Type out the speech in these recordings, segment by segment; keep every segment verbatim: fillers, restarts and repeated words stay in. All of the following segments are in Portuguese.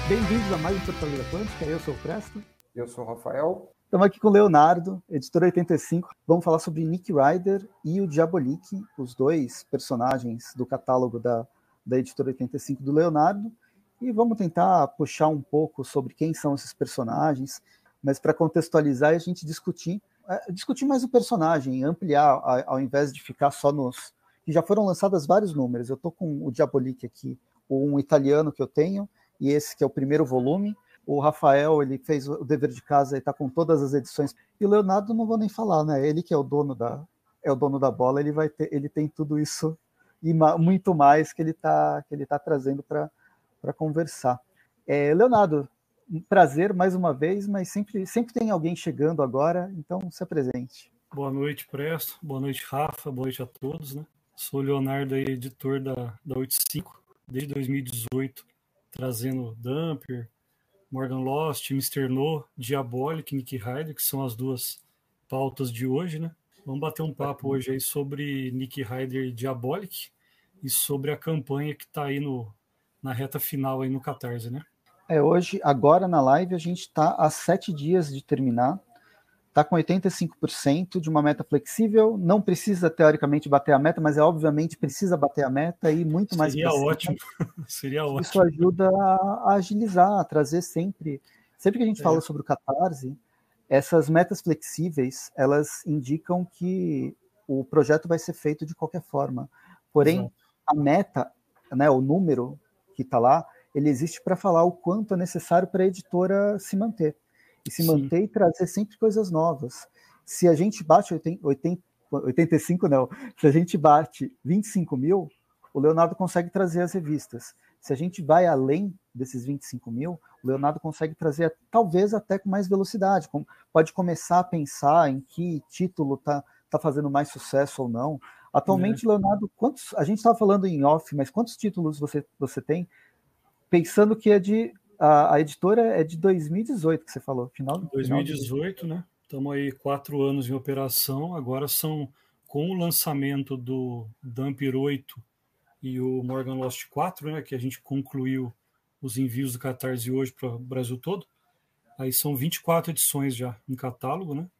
Bem-vindos a mais um Fortaleza Quântica, eu sou o Presto. Eu sou o Rafael. Estamos aqui com o Leonardo, editor oitenta e cinco. Vamos falar sobre Nick Ryder e o Diabolik, os dois personagens do catálogo da, da editora oitenta e cinco do Leonardo. E vamos tentar puxar um pouco sobre quem são esses personagens, mas para contextualizar e a gente discutir, é, discutir mais o personagem, ampliar, a, ao invés de ficar só nos... que já foram lançados vários números. Eu estou com o Diabolik aqui, um italiano que eu tenho, e esse que é o primeiro volume. O Rafael, ele fez o dever de casa e está com todas as edições. E o Leonardo, não vou nem falar, né? Ele que é o dono da, é o dono da bola, ele, vai ter, ele tem tudo isso e ma, muito mais que ele está que ele tá trazendo para conversar. É, Leonardo, um prazer mais uma vez, mas sempre, sempre tem alguém chegando agora, então se apresente. Boa noite, Presto. Boa noite, Rafa. Boa noite a todos, né? Sou o Leonardo, aí, editor da, da oitenta e cinco, desde dois mil e dezoito, trazendo Dumper, Morgan Lost, mister No, Diabolik, Nick Ryder, que são as duas pautas de hoje, né? Vamos bater um papo hoje aí sobre Nick Ryder e Diabolik e sobre a campanha que está aí no, na reta final aí no Catarse, né? É, hoje, agora na live, a gente está a sete dias de terminar. Está com oitenta e cinco por cento de uma meta flexível, não precisa teoricamente bater a meta, mas é obviamente precisa bater a meta e muito mais. Seria ótimo, seria ótimo. Isso ajuda a agilizar, a trazer sempre, sempre que a gente é. fala sobre o Catarse, essas metas flexíveis, elas indicam que o projeto vai ser feito de qualquer forma. Porém, Exato. a meta, né, o número que está lá, ele existe para falar o quanto é necessário para a editora se manter. E se Sim. manter e trazer sempre coisas novas. Se a gente bate oitenta, oitenta e cinco, não, se a gente bate vinte e cinco mil, o Leonardo consegue trazer as revistas. Se a gente vai além desses vinte e cinco mil, o Leonardo consegue trazer talvez até com mais velocidade. Pode começar a pensar em que título está tá fazendo mais sucesso ou não. Atualmente, é. Leonardo, quantos, a gente estava falando em off, mas quantos títulos você, você tem? Pensando que é de... A, a editora é de dois mil e dezoito, que você falou. Final, dois mil e dezoito, final de... né? Estamos aí quatro anos em operação. Agora são, com o lançamento do Dumper oito e o Morgan Lost quatro, né? Que a gente concluiu os envios do Catarse hoje para o Brasil todo. Aí são vinte e quatro edições já em catálogo, né?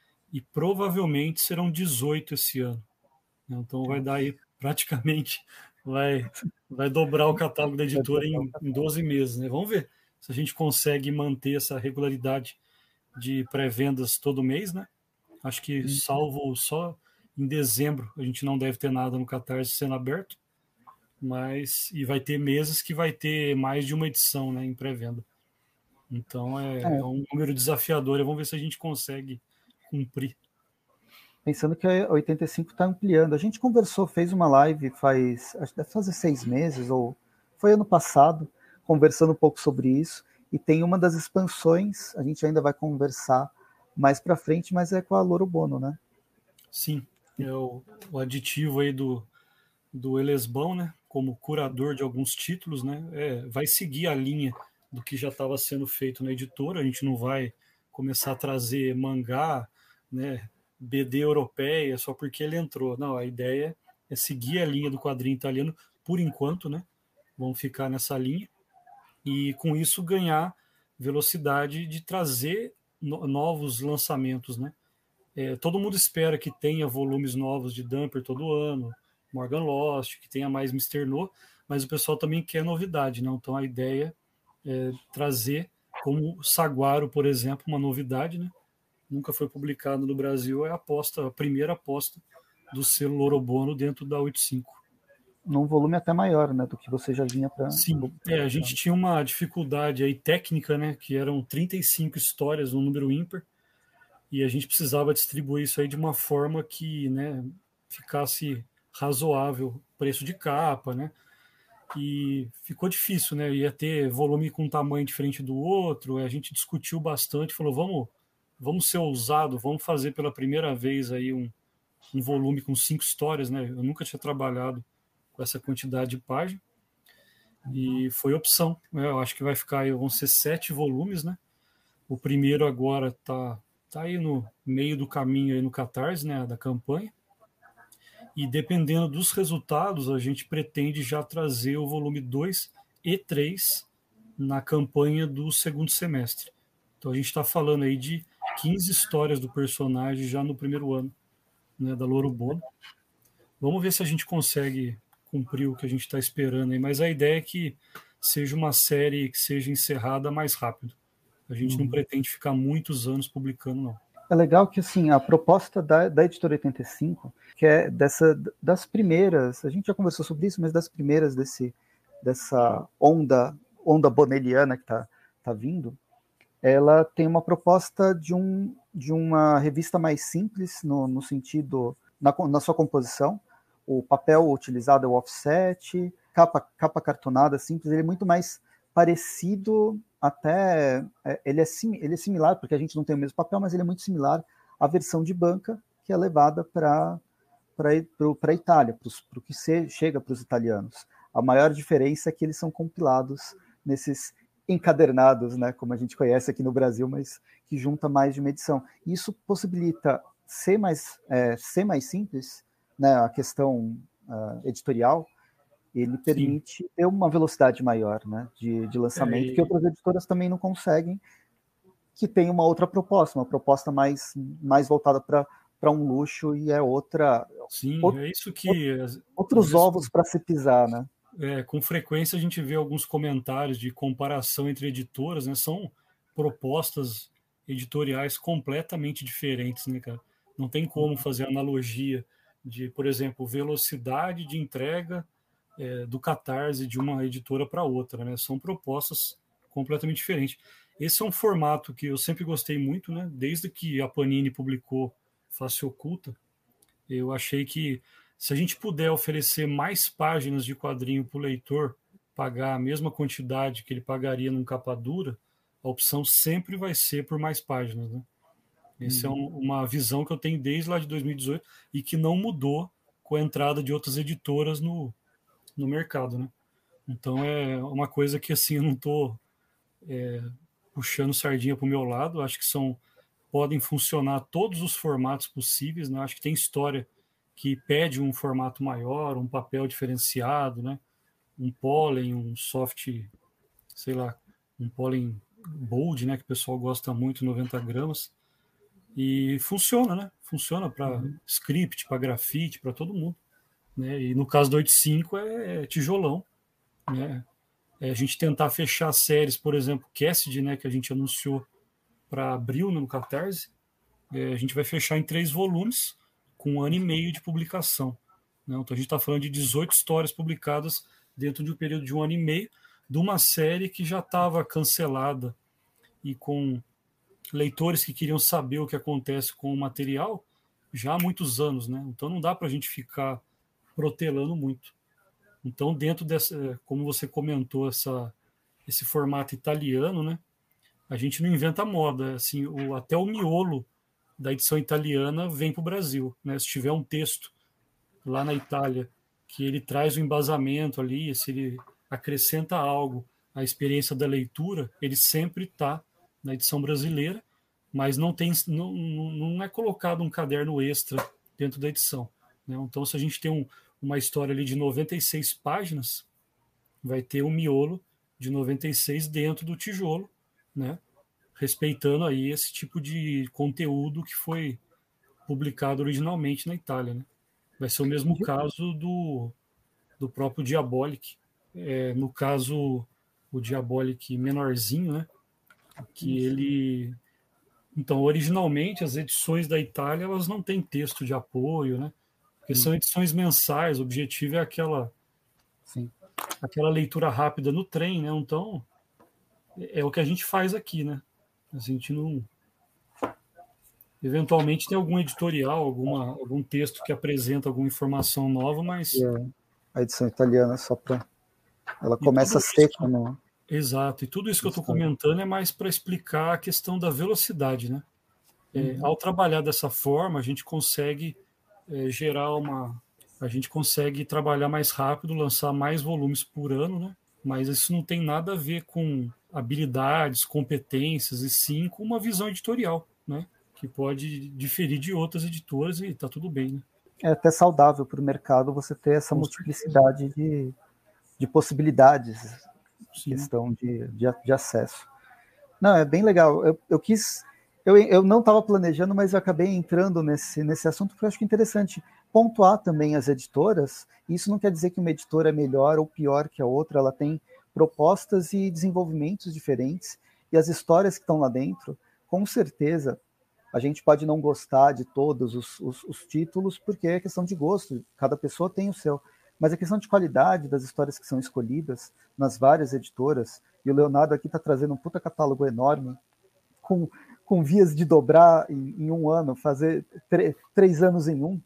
E provavelmente serão dezoito esse ano. Então vai dar aí praticamente... Vai, vai dobrar o catálogo da editora em, em doze meses, né? Vamos ver se a gente consegue manter essa regularidade de pré-vendas todo mês, né? Acho que salvo só em dezembro a gente não deve ter nada no Catarse sendo aberto, mas e vai ter meses que vai ter mais de uma edição, né, em pré-venda. Então é, é. é um número desafiador. Vamos ver se a gente consegue cumprir. Pensando que a oitenta e cinco está ampliando. A gente conversou, fez uma live faz, acho que deve fazer seis meses, ou foi ano passado, conversando um pouco sobre isso, e tem uma das expansões, a gente ainda vai conversar mais para frente, mas é com a Loro Bono, né? Sim, é o, o aditivo aí do, do Elesbão, né? Como curador de alguns títulos, né? É, vai seguir a linha do que já estava sendo feito na editora, a gente não vai começar a trazer mangá, né? B D europeia, só porque ele entrou. Não, a ideia é seguir a linha do quadrinho italiano por enquanto, né? Vamos ficar nessa linha e com isso ganhar velocidade de trazer no- novos lançamentos, né? É, todo mundo espera que tenha volumes novos de Dumper todo ano, Morgan Lost, que tenha mais mister No, mas o pessoal também quer novidade, né? Então a ideia é trazer, como Saguaro, por exemplo, uma novidade, né? Nunca foi publicado no Brasil, é a aposta, a primeira aposta do selo Loro Bono dentro da oitenta e cinco. Num volume até maior, né, do que você já vinha para... Sim, é, a gente tinha uma dificuldade aí técnica, né, que eram trinta e cinco histórias no número ímpar, e a gente precisava distribuir isso aí de uma forma que, né, ficasse razoável, preço de capa, né, e ficou difícil, né, ia ter volume com tamanho diferente do outro, a gente discutiu bastante, falou, vamos... vamos ser ousado, vamos fazer pela primeira vez aí um, um volume com cinco histórias, né? Eu nunca tinha trabalhado com essa quantidade de páginas e foi opção, né? Eu acho que vai ficar aí, vão ser sete volumes, né? O primeiro agora tá, tá aí no meio do caminho aí no Catarse, né? Da campanha, e dependendo dos resultados a gente pretende já trazer o volume dois e três na campanha do segundo semestre. Então a gente está falando aí de quinze histórias do personagem já no primeiro ano, né, da Louro Bono. Vamos ver se a gente consegue cumprir o que a gente está esperando aí, mas a ideia é que seja uma série que seja encerrada mais rápido. A gente uhum. não pretende ficar muitos anos publicando, não. É legal que, assim, a proposta da, da Editora oitenta e cinco, que é dessa, das primeiras, a gente já conversou sobre isso, mas das primeiras desse, dessa onda, onda boneliana que está tá vindo, ela tem uma proposta de, um, de uma revista mais simples, no, no sentido, na, na sua composição. O papel utilizado é o offset, capa, capa cartonada simples, ele é muito mais parecido, até, ele é, sim, ele é similar, porque a gente não tem o mesmo papel, mas ele é muito similar à versão de banca que é levada para a Itália, para o que se, chega para os italianos. A maior diferença é que eles são compilados nesses encadernados, né, como a gente conhece aqui no Brasil, mas que junta mais de uma edição. Isso possibilita ser mais, é, ser mais simples, né, a questão uh, editorial, ele permite Sim. ter uma velocidade maior, né, de, de lançamento, é, e... que outras editoras também não conseguem, que tem uma outra proposta, uma proposta mais, mais voltada para um luxo, e é outra... Sim, outro, é isso que... Outro, outros ovos para se pisar, né? É, com frequência a gente vê alguns comentários de comparação entre editoras, né? São propostas editoriais completamente diferentes, né, cara? Não tem como fazer analogia de, por exemplo, velocidade de entrega é, do Catarse de uma editora para outra, né? São propostas completamente diferentes. Esse é um formato que eu sempre gostei muito, né? Desde que a Panini publicou Face Oculta, eu achei que se a gente puder oferecer mais páginas de quadrinho para o leitor pagar a mesma quantidade que ele pagaria num capa dura, a opção sempre vai ser por mais páginas, né? Essa uhum. é um, uma visão que eu tenho desde lá de dois mil e dezoito e que não mudou com a entrada de outras editoras no, no mercado, né? Então é uma coisa que assim eu não estou é, puxando sardinha para o meu lado. Acho que são podem funcionar todos os formatos possíveis, né? Acho que tem história que pede um formato maior, um papel diferenciado, né? Um pólen, um soft, sei lá, um pólen bold, né? Que o pessoal gosta muito, noventa gramas. E funciona, né? Funciona para uhum. script, para grafite, para todo mundo, né? E no caso do oitenta e cinco é tijolão, né? É a gente tentar fechar séries, por exemplo, Cassidy, né? Que a gente anunciou para abril, né, no Catarse. É, a gente vai fechar em três volumes, com um ano e meio de publicação. Né? Então a gente está falando de dezoito histórias publicadas dentro de um período de um ano e meio, de uma série que já estava cancelada e com leitores que queriam saber o que acontece com o material já há muitos anos, né? Então não dá para a gente ficar protelando muito. Então dentro dessa, como você comentou, essa, esse formato italiano, né? A gente não inventa moda, assim, o, até o miolo da edição italiana vem para o Brasil, né? Se tiver um texto lá na Itália que ele traz o embasamento ali, se ele acrescenta algo à experiência da leitura, ele sempre está na edição brasileira, mas não tem, não, não é colocado um caderno extra dentro da edição, né? Então, se a gente tem um, uma história ali de noventa e seis páginas, vai ter um miolo de noventa e seis dentro do tijolo, né? Respeitando aí esse tipo de conteúdo que foi publicado originalmente na Itália, né? Vai ser o mesmo caso do, do próprio Diabolic. É, no caso, o Diabolic menorzinho, né? Que ele... Então, originalmente, as edições da Itália, elas não têm texto de apoio, né? Porque são edições mensais, o objetivo é aquela, Sim. aquela leitura rápida no trem, né? Então, é o que a gente faz aqui, né? A gente não... Eventualmente tem algum editorial, alguma, algum texto que apresenta alguma informação nova, mas... É, a edição italiana só para... Ela começa seca, né? Exato. E tudo isso que eu estou comentando é mais para explicar a questão da velocidade, né? É, uhum. Ao trabalhar dessa forma, a gente consegue é, gerar uma... A gente consegue trabalhar mais rápido, lançar mais volumes por ano, né? Mas isso não tem nada a ver com habilidades, competências, e sim com uma visão editorial, né? Que pode diferir de outras editoras e está tudo bem, né? É até saudável para o mercado você ter essa com multiplicidade de, de possibilidades Sim. questão de, de, de acesso. Não, é bem legal. Eu, eu quis... Eu, eu não estava planejando, mas eu acabei entrando nesse, nesse assunto porque eu acho que é interessante pontuar também as editoras. Isso não quer dizer que uma editora é melhor ou pior que a outra, ela tem propostas e desenvolvimentos diferentes, e as histórias que estão lá dentro, com certeza, a gente pode não gostar de todos os, os, os títulos, porque é questão de gosto, cada pessoa tem o seu, mas a questão de qualidade das histórias que são escolhidas nas várias editoras, e o Leonardo aqui está trazendo um puta catálogo enorme, com, com vias de dobrar em, em um ano, fazer três anos em um,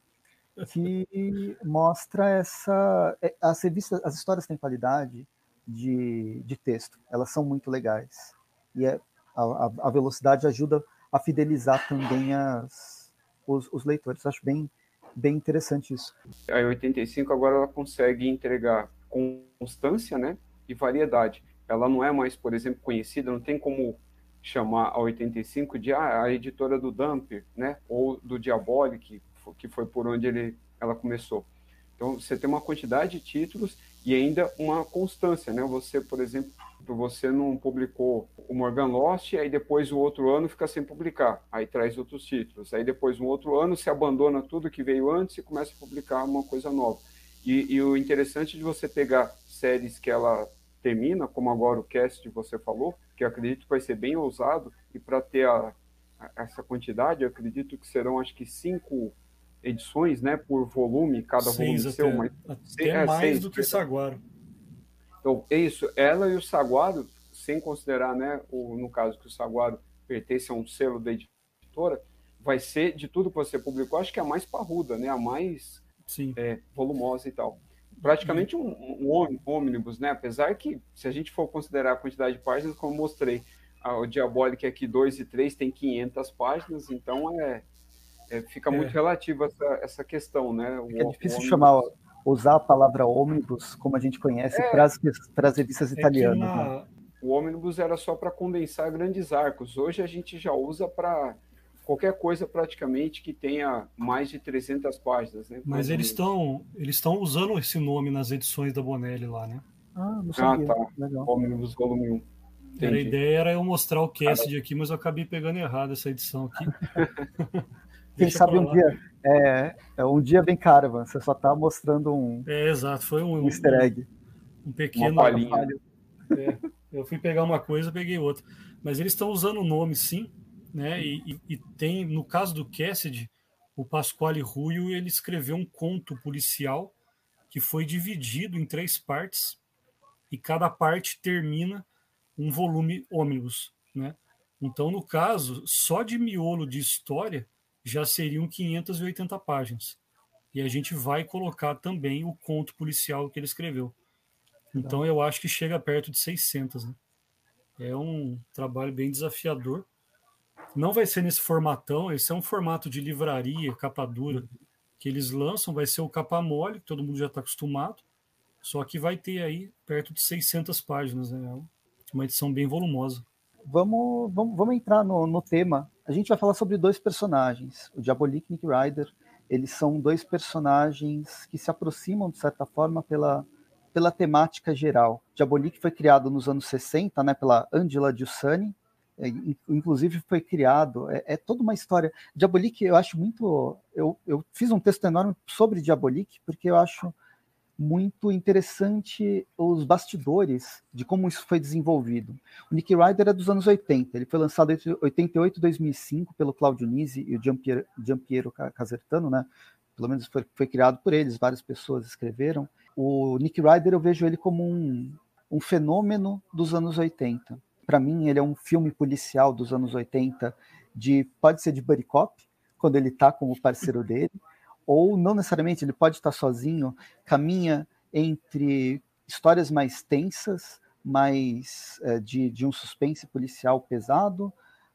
que mostra essa... As revistas, as histórias têm qualidade de, de texto, elas são muito legais. E é, a, a velocidade ajuda a fidelizar também as, os, os leitores. Acho bem, bem interessante isso. A oitenta e cinco agora ela consegue entregar constância, né, e variedade. Ela não é mais, por exemplo, conhecida, não tem como chamar a oitenta e cinco de ah, a editora do Dumper, né, ou do Diabolic, que foi por onde ele, ela começou. Então, você tem uma quantidade de títulos e ainda uma constância, né? Você, por exemplo, você não publicou o Morgan Lost, aí depois o outro ano fica sem publicar, aí traz outros títulos. Aí depois um outro ano você abandona tudo que veio antes e começa a publicar uma coisa nova. E, e o interessante de você pegar séries que ela termina, como agora o Cast que você falou, que eu acredito que vai ser bem ousado, e para ter a, a, essa quantidade, eu acredito que serão acho que cinco edições, né, por volume, cada seis volume até, seu, mas até é, mais seis, do que Saguaro. Então, é isso, ela e o Saguaro, sem considerar, né, o, no caso que o Saguaro pertence a um selo da editora, vai ser, de tudo que você publicou, acho que é a mais parruda, né, a mais é, volumosa e tal. Praticamente um, um ônibus, né, apesar que, se a gente for considerar a quantidade de páginas, como mostrei, a, o Diabolic aqui dois e três tem quinhentas páginas, então é É, fica muito é. relativo essa, essa questão, né? O, é difícil ônibus... chamar, usar a palavra ônibus, como a gente conhece, é, para as revistas italianas. É na... né? O ônibus era só para condensar grandes arcos. Hoje a gente já usa para qualquer coisa praticamente que tenha mais de trezentas páginas. Né? Mas eles estão eles estão usando esse nome nas edições da Bonelli lá, né? Ah, não sabia. Ah, tá. Legal. Ônibus volume um. Era, a ideia era eu mostrar o Cassidy aqui, mas eu acabei pegando errado essa edição aqui. Quem sabe um dia, é, um dia vem Caravan, você só está mostrando um, é, exato, foi um, um easter egg. Um, um pequeno falho. É, eu fui pegar uma coisa, peguei outra. Mas eles estão usando o nome, sim, né? E, e, e tem, no caso do Cassidy, o Pasquale Ruio, ele escreveu um conto policial que foi dividido em três partes e cada parte termina um volume ônibus, né? Então, no caso, só de miolo de história já seriam quinhentas e oitenta páginas. E a gente vai colocar também o conto policial que ele escreveu. Então eu acho que chega perto de seiscentas. Né? É um trabalho bem desafiador. Não vai ser nesse formatão, esse é um formato de livraria, capa dura, que eles lançam, vai ser o capa mole, que todo mundo já está acostumado, só que vai ter aí perto de seiscentas páginas. Né? Uma edição bem volumosa. Vamos, vamos, vamos entrar no, no tema. A gente vai falar sobre dois personagens, o Diabolic e Nick Rider. Eles são dois personagens que se aproximam, de certa forma, pela, pela temática geral. Diabolic foi criado nos anos sessenta, né, pela Angela Giussani, é, inclusive foi criado, é, é toda uma história. Diabolic, eu acho muito... Eu, eu fiz um texto enorme sobre Diabolic, porque eu acho muito interessante os bastidores de como isso foi desenvolvido. O Nick Rider é dos anos oitenta, ele foi lançado entre oitenta e oito e dois mil e cinco pelo Claudio Nisi e o Giampiero, Giampiero Casertano, né? Pelo menos foi, foi criado por eles, várias pessoas escreveram. O Nick Rider, eu vejo ele como um, um fenômeno dos anos oitenta. Para mim, ele é um filme policial dos anos oitenta, de, pode ser de buddy cop, quando ele está com o parceiro dele, ou não necessariamente, ele pode estar sozinho, caminha entre histórias mais tensas, mais é, de, de um suspense policial pesado,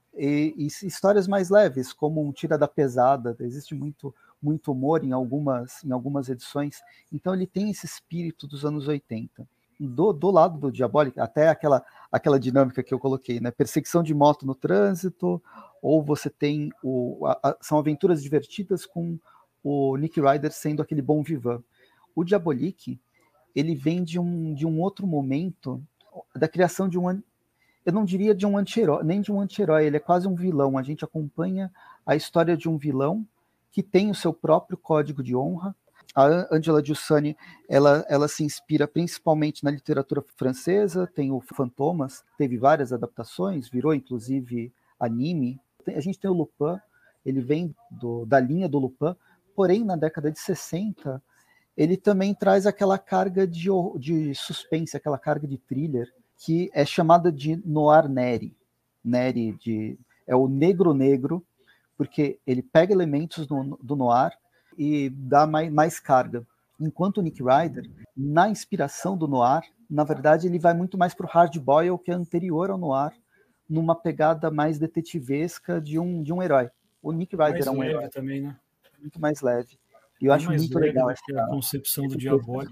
e, e histórias mais leves, como um Tira da Pesada. Existe muito, muito humor em algumas, em algumas edições, então ele tem esse espírito dos anos oitenta. Do, do lado do Diabolic, até aquela, aquela dinâmica que eu coloquei, né? Perseguição de moto no trânsito, ou você tem o, a, a, são aventuras divertidas com o Nick Rider sendo aquele bom vivan. O Diabolic, ele vem de um, de um outro momento. da criação de um, eu não diria de um anti-herói, nem de um anti-herói, ele é quase um vilão. A gente acompanha a história de um vilão que tem o seu próprio código de honra. A Angela Giussani, ela, ela se inspira principalmente na literatura francesa, tem o Fantomas, teve várias adaptações, virou inclusive anime. A gente tem o Lupin, ele vem do, da linha do Lupin, porém na década de sessenta, ele também traz aquela carga de, de suspense, aquela carga de thriller, que é chamada de noir neri. Neri de, é o negro negro, porque ele pega elementos do, do noir e dá mais, mais carga. Enquanto o Nick Ryder, na inspiração do noir, na verdade ele vai muito mais para o hard boiled, que é anterior ao noir, numa pegada mais detetivesca de um, de um herói. O Nick Ryder mais é um leve herói também, né? Muito mais leve. E eu Bem acho mais muito leve legal do essa que a concepção do esse Diabólico.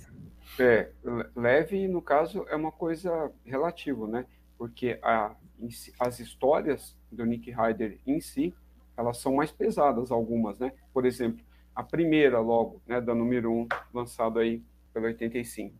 É, leve, no caso, é uma coisa relativa, né? Porque a, as histórias do Nick Ryder em si, elas são mais pesadas, algumas, né? Por exemplo, a primeira, logo, né, da número um, lançado aí pela oitenta e cinco.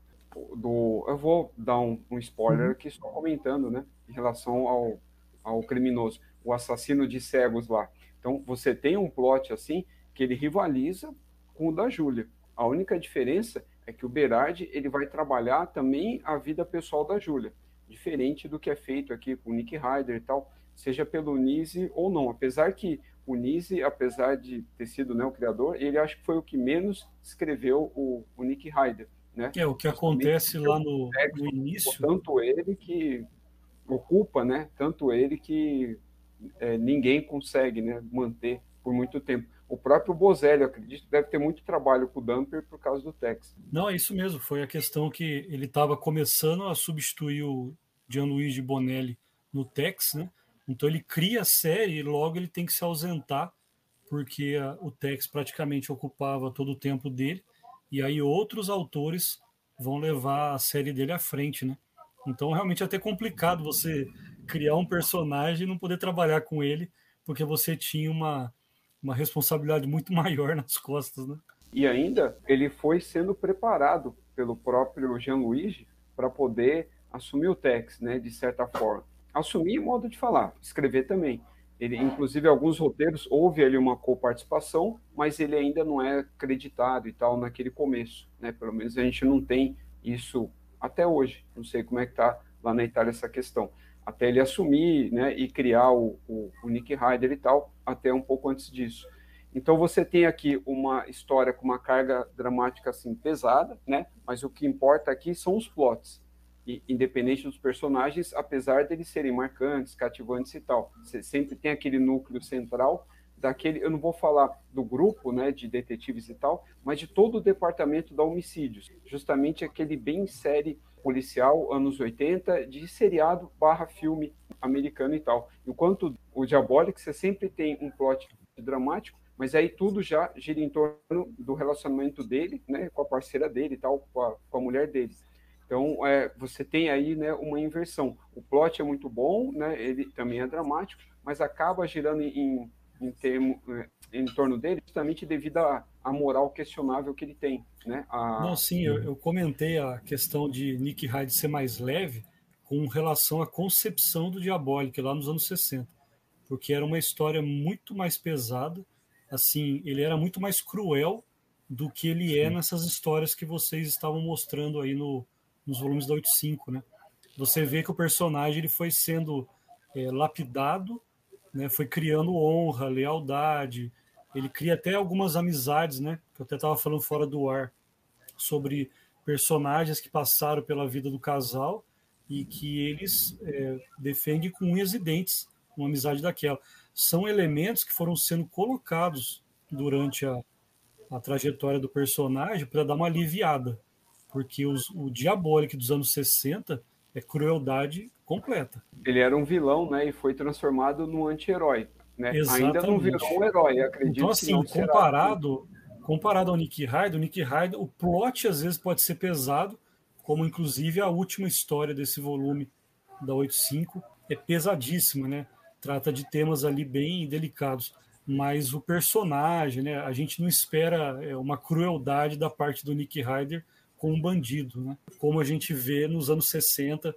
Do, eu vou dar um, um spoiler aqui, só comentando, né? Em relação ao, ao criminoso, o assassino de cegos lá. Então, você tem um plot, assim, que ele rivaliza com o da Júlia. A única diferença é que o Berardi, ele vai trabalhar também a vida pessoal da Júlia, diferente do que é feito aqui com o Nick Ryder e tal, seja pelo Nise ou não. Apesar que o Nise, apesar de ter sido, né, o criador, ele acho que foi o que menos escreveu o, o Nick Ryder, né? É, o que acontece lá no, no início... Tanto ele que ocupa, né? Tanto ele que é, ninguém consegue, né, manter por muito tempo. O próprio Bozelli, eu acredito, deve ter muito trabalho com o Dumper por causa do Tex. Não, é isso mesmo. Foi a questão que ele estava começando a substituir o Gianluigi Bonelli no Tex, né? Então ele cria a série e logo ele tem que se ausentar porque a, o Tex praticamente ocupava todo o tempo dele e aí outros autores vão levar a série dele à frente, né? Então realmente é até complicado você criar um personagem e não poder trabalhar com ele porque você tinha uma uma responsabilidade muito maior nas costas, né? E ainda ele foi sendo preparado pelo próprio Gianluigi para poder assumir o Tex, né, de certa forma. Assumir modo de falar, escrever também. Ele, inclusive, alguns roteiros, houve ali uma coparticipação, mas ele ainda não é acreditado e tal naquele começo, né? Pelo menos a gente não tem isso até hoje. Não sei como é que está lá na Itália essa questão. Até ele assumir, né, e criar o, o, o Nick Ryder e tal, até um pouco antes disso. Então você tem aqui uma história com uma carga dramática assim pesada, né? Mas o que importa aqui são os plots, e, independente dos personagens, apesar deles serem marcantes, cativantes e tal. Você sempre tem aquele núcleo central daquele, eu não vou falar do grupo, né, de detetives e tal, mas de todo o departamento da homicídios, justamente aquele bem série policial, anos oitenta, de seriado barra filme americano e tal. Enquanto o Diabólico, você sempre tem um plot dramático, mas aí tudo já gira em torno do relacionamento dele, né, com a parceira dele e tal, com a, com a mulher dele. Então, é, você tem aí, né, uma inversão. O plot é muito bom, né, ele também é dramático, mas acaba girando em, em, termo, em torno dele justamente devido à, à moral questionável que ele tem, né? A... Não, sim, eu, eu comentei a questão de Nick Hyde ser mais leve com relação à concepção do Diabólico lá nos anos sessenta, porque era uma história muito mais pesada, assim, ele era muito mais cruel do que ele sim. é nessas histórias que vocês estavam mostrando aí no, nos volumes da oitenta e cinco, né? Você vê que o personagem ele foi sendo é, lapidado, né? Foi criando honra, lealdade, ele cria até algumas amizades, né? Que eu até estava falando fora do ar, sobre personagens que passaram pela vida do casal e que eles é, defendem com unhas e dentes uma amizade daquela. São elementos que foram sendo colocados durante a, a trajetória do personagem para dar uma aliviada, porque os, o Diabólico dos anos sessenta é crueldade completa. Ele era um vilão, né, e foi transformado num anti-herói, né? Ainda não virou um herói, acredito. Então, assim, que não comparado, será. comparado ao Nick Hyde, o Nick Hyde, o plot às vezes pode ser pesado, como inclusive a última história desse volume da oitenta e cinco é pesadíssima, né? Trata de temas ali bem delicados, mas o personagem, né? A gente não espera uma crueldade da parte do Nick Ryder com um bandido, né? Como a gente vê nos anos sessenta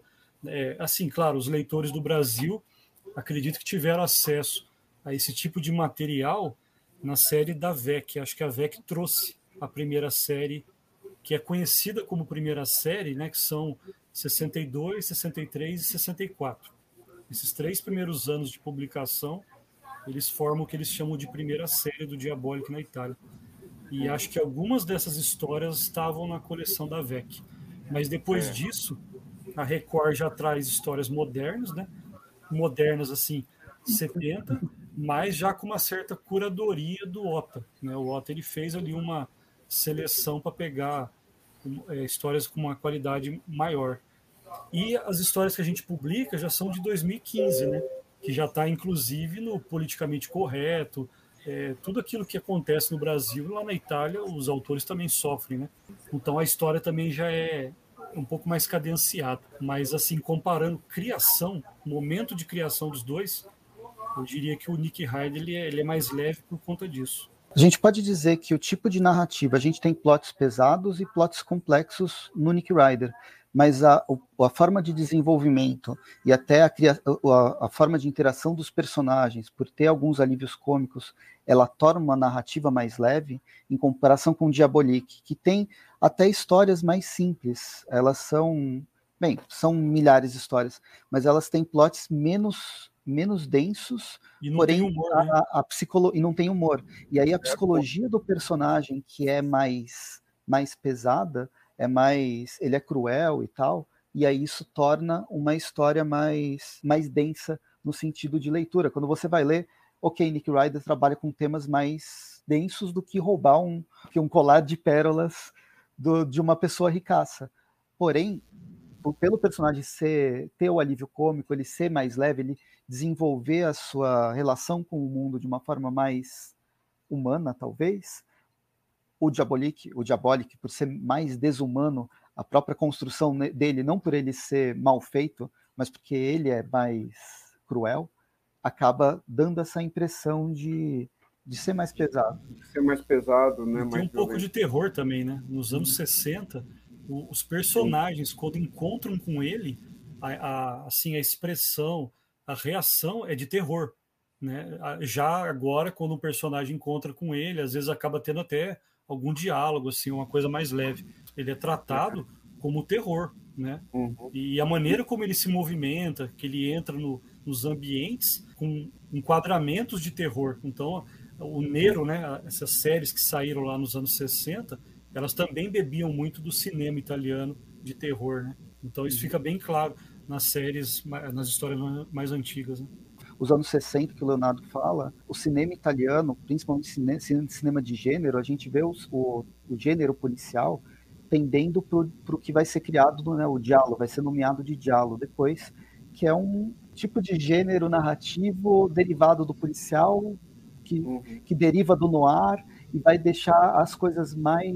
É, assim, claro, os leitores do Brasil acredito que tiveram acesso a esse tipo de material na série da V E C. Acho que a V E C trouxe a primeira série, que é conhecida como primeira série, né, que são sessenta e dois, sessenta e três e sessenta e quatro. Esses três primeiros anos de publicação, eles formam o que eles chamam de primeira série do Diabolic na Itália. E acho que algumas dessas histórias estavam na coleção da V E C. Mas depois é. disso, a Record já traz histórias modernas, né? Modernas, assim, setenta, mas já com uma certa curadoria do Ota, né? O Ota, ele fez ali uma seleção para pegar é, histórias com uma qualidade maior. E as histórias que a gente publica já são de dois mil e quinze, né? Que já está, inclusive, no politicamente correto. É, tudo aquilo que acontece no Brasil, lá na Itália, os autores também sofrem, né? Então a história também já é um pouco mais cadenciada. Mas, assim, comparando criação, momento de criação dos dois, eu diria que o Nick Hyde ele é, ele é mais leve por conta disso. A gente pode dizer que o tipo de narrativa, a gente tem plots pesados e plots complexos no Nick Ryder, mas a, a forma de desenvolvimento e até a, a, a forma de interação dos personagens, por ter alguns alívios cômicos, ela torna uma narrativa mais leve em comparação com o Diabolic, que tem até histórias mais simples. Elas são, bem, são milhares de histórias, mas elas têm plots menos menos densos, e não porém tem humor, a, né? a, a psicolo... e não tem humor. E aí a psicologia do personagem, que é mais, mais pesada, é mais, ele é cruel e tal, e aí isso torna uma história mais, mais densa no sentido de leitura. Quando você vai ler, ok, Nick Ryder trabalha com temas mais densos do que roubar um, que um colar de pérolas do, de uma pessoa ricaça. Porém, pelo personagem ser, ter o alívio cômico, ele ser mais leve, ele desenvolver a sua relação com o mundo de uma forma mais humana, talvez, o Diabolic, o Diabolic, por ser mais desumano, a própria construção dele, não por ele ser mal feito, mas porque ele é mais cruel, acaba dando essa impressão de, de ser mais pesado. De ser mais pesado, né? E mais tem um violento. pouco de terror também, né? Nos anos sessenta, os personagens, Sim. quando encontram com ele, a, a, assim, a expressão, a reação é de terror, né? Já agora, quando um personagem encontra com ele, às vezes acaba tendo até algum diálogo, assim, uma coisa mais leve. Ele é tratado como terror, né? Uhum. E a maneira como ele se movimenta, que ele entra no, nos ambientes com enquadramentos de terror. Então, o Nero, né? Essas séries que saíram lá nos anos sessenta, elas também bebiam muito do cinema italiano de terror, né? Então isso fica bem claro nas séries, nas histórias mais antigas, né? Os anos sessenta, que o Leonardo fala, o cinema italiano, principalmente cine, cinema de gênero, a gente vê os, o, o gênero policial tendendo para o que vai ser criado, né, o giallo, vai ser nomeado de giallo depois, que é um tipo de gênero narrativo derivado do policial, que, uhum. que deriva do noir, e vai deixar as coisas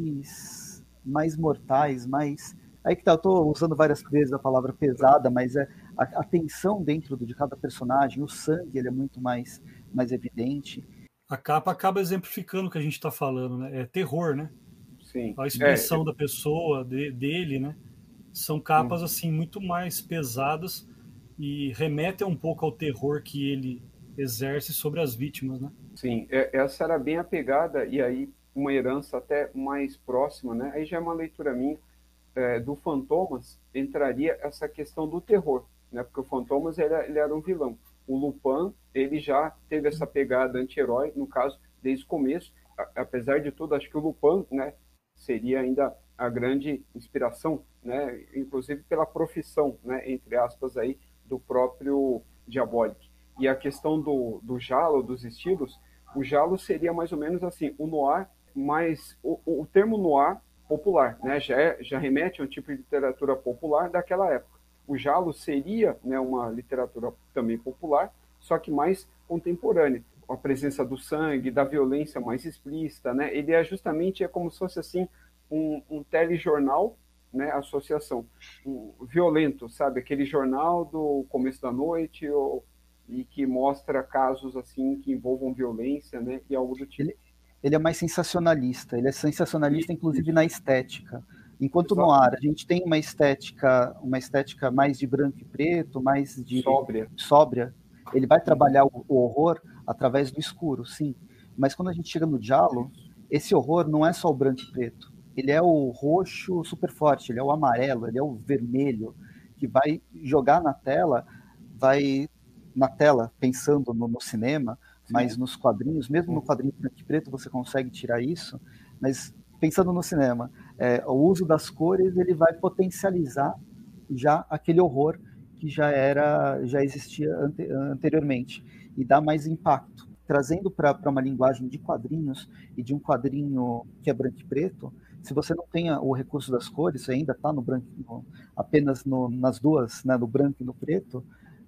mais, mais mortais, mais... Aí que tá, eu tô usando várias vezes a palavra pesada, mas é a, a tensão dentro do, de cada personagem, o sangue, ele é muito mais, mais evidente. A capa acaba exemplificando o que a gente está falando, né? É terror, né? Sim. A expressão é, da pessoa, de, dele, né? São capas, hum. assim, muito mais pesadas e remetem um pouco ao terror que ele exerce sobre as vítimas, né? Sim, essa era bem a pegada, e aí uma herança até mais próxima, né? Aí já é uma leitura minha, é, do Fantomas, entraria essa questão do terror, né? Porque o Fantomas, ele, ele era um vilão. O Lupin, ele já teve essa pegada anti-herói, no caso, desde o começo. A, apesar de tudo, acho que o Lupin, né, seria ainda a grande inspiração, né? Inclusive pela profissão, né, entre aspas, aí, do próprio Diabolic. E a questão do, do giallo, dos estilos, o giallo seria mais ou menos assim, o noir, mas o, o termo noir popular, né, já, é, já remete a um tipo de literatura popular daquela época. O giallo seria, né, uma literatura também popular, só que mais contemporânea. A presença do sangue, da violência mais explícita, né, ele é justamente é como se fosse assim, um, um telejornal, né, associação, um, violento, sabe, aquele jornal do começo da noite, ou e que mostra casos assim que envolvam violência, né, e algo do tipo. Ele, ele é mais sensacionalista, ele é sensacionalista inclusive na estética. Enquanto Exato. no ar a gente tem uma estética, uma estética mais de branco e preto, mais de Sóbria. sóbria, ele vai trabalhar o, o horror através do escuro, sim. Mas quando a gente chega no giallo, esse horror não é só o branco e preto. Ele é o roxo super forte, ele é o amarelo, ele é o vermelho, que vai jogar na tela, vai na tela, pensando no, no cinema, sim, mas nos quadrinhos, mesmo no quadrinho branco e preto você consegue tirar isso, mas pensando no cinema, é, o uso das cores ele vai potencializar já aquele horror que já era, já existia ante, anteriormente e dá mais impacto, trazendo para uma linguagem de quadrinhos e de um quadrinho que é branco e preto. Se você não tem o recurso das cores, você ainda está no branco, no, apenas no, nas duas, né, no branco e no preto,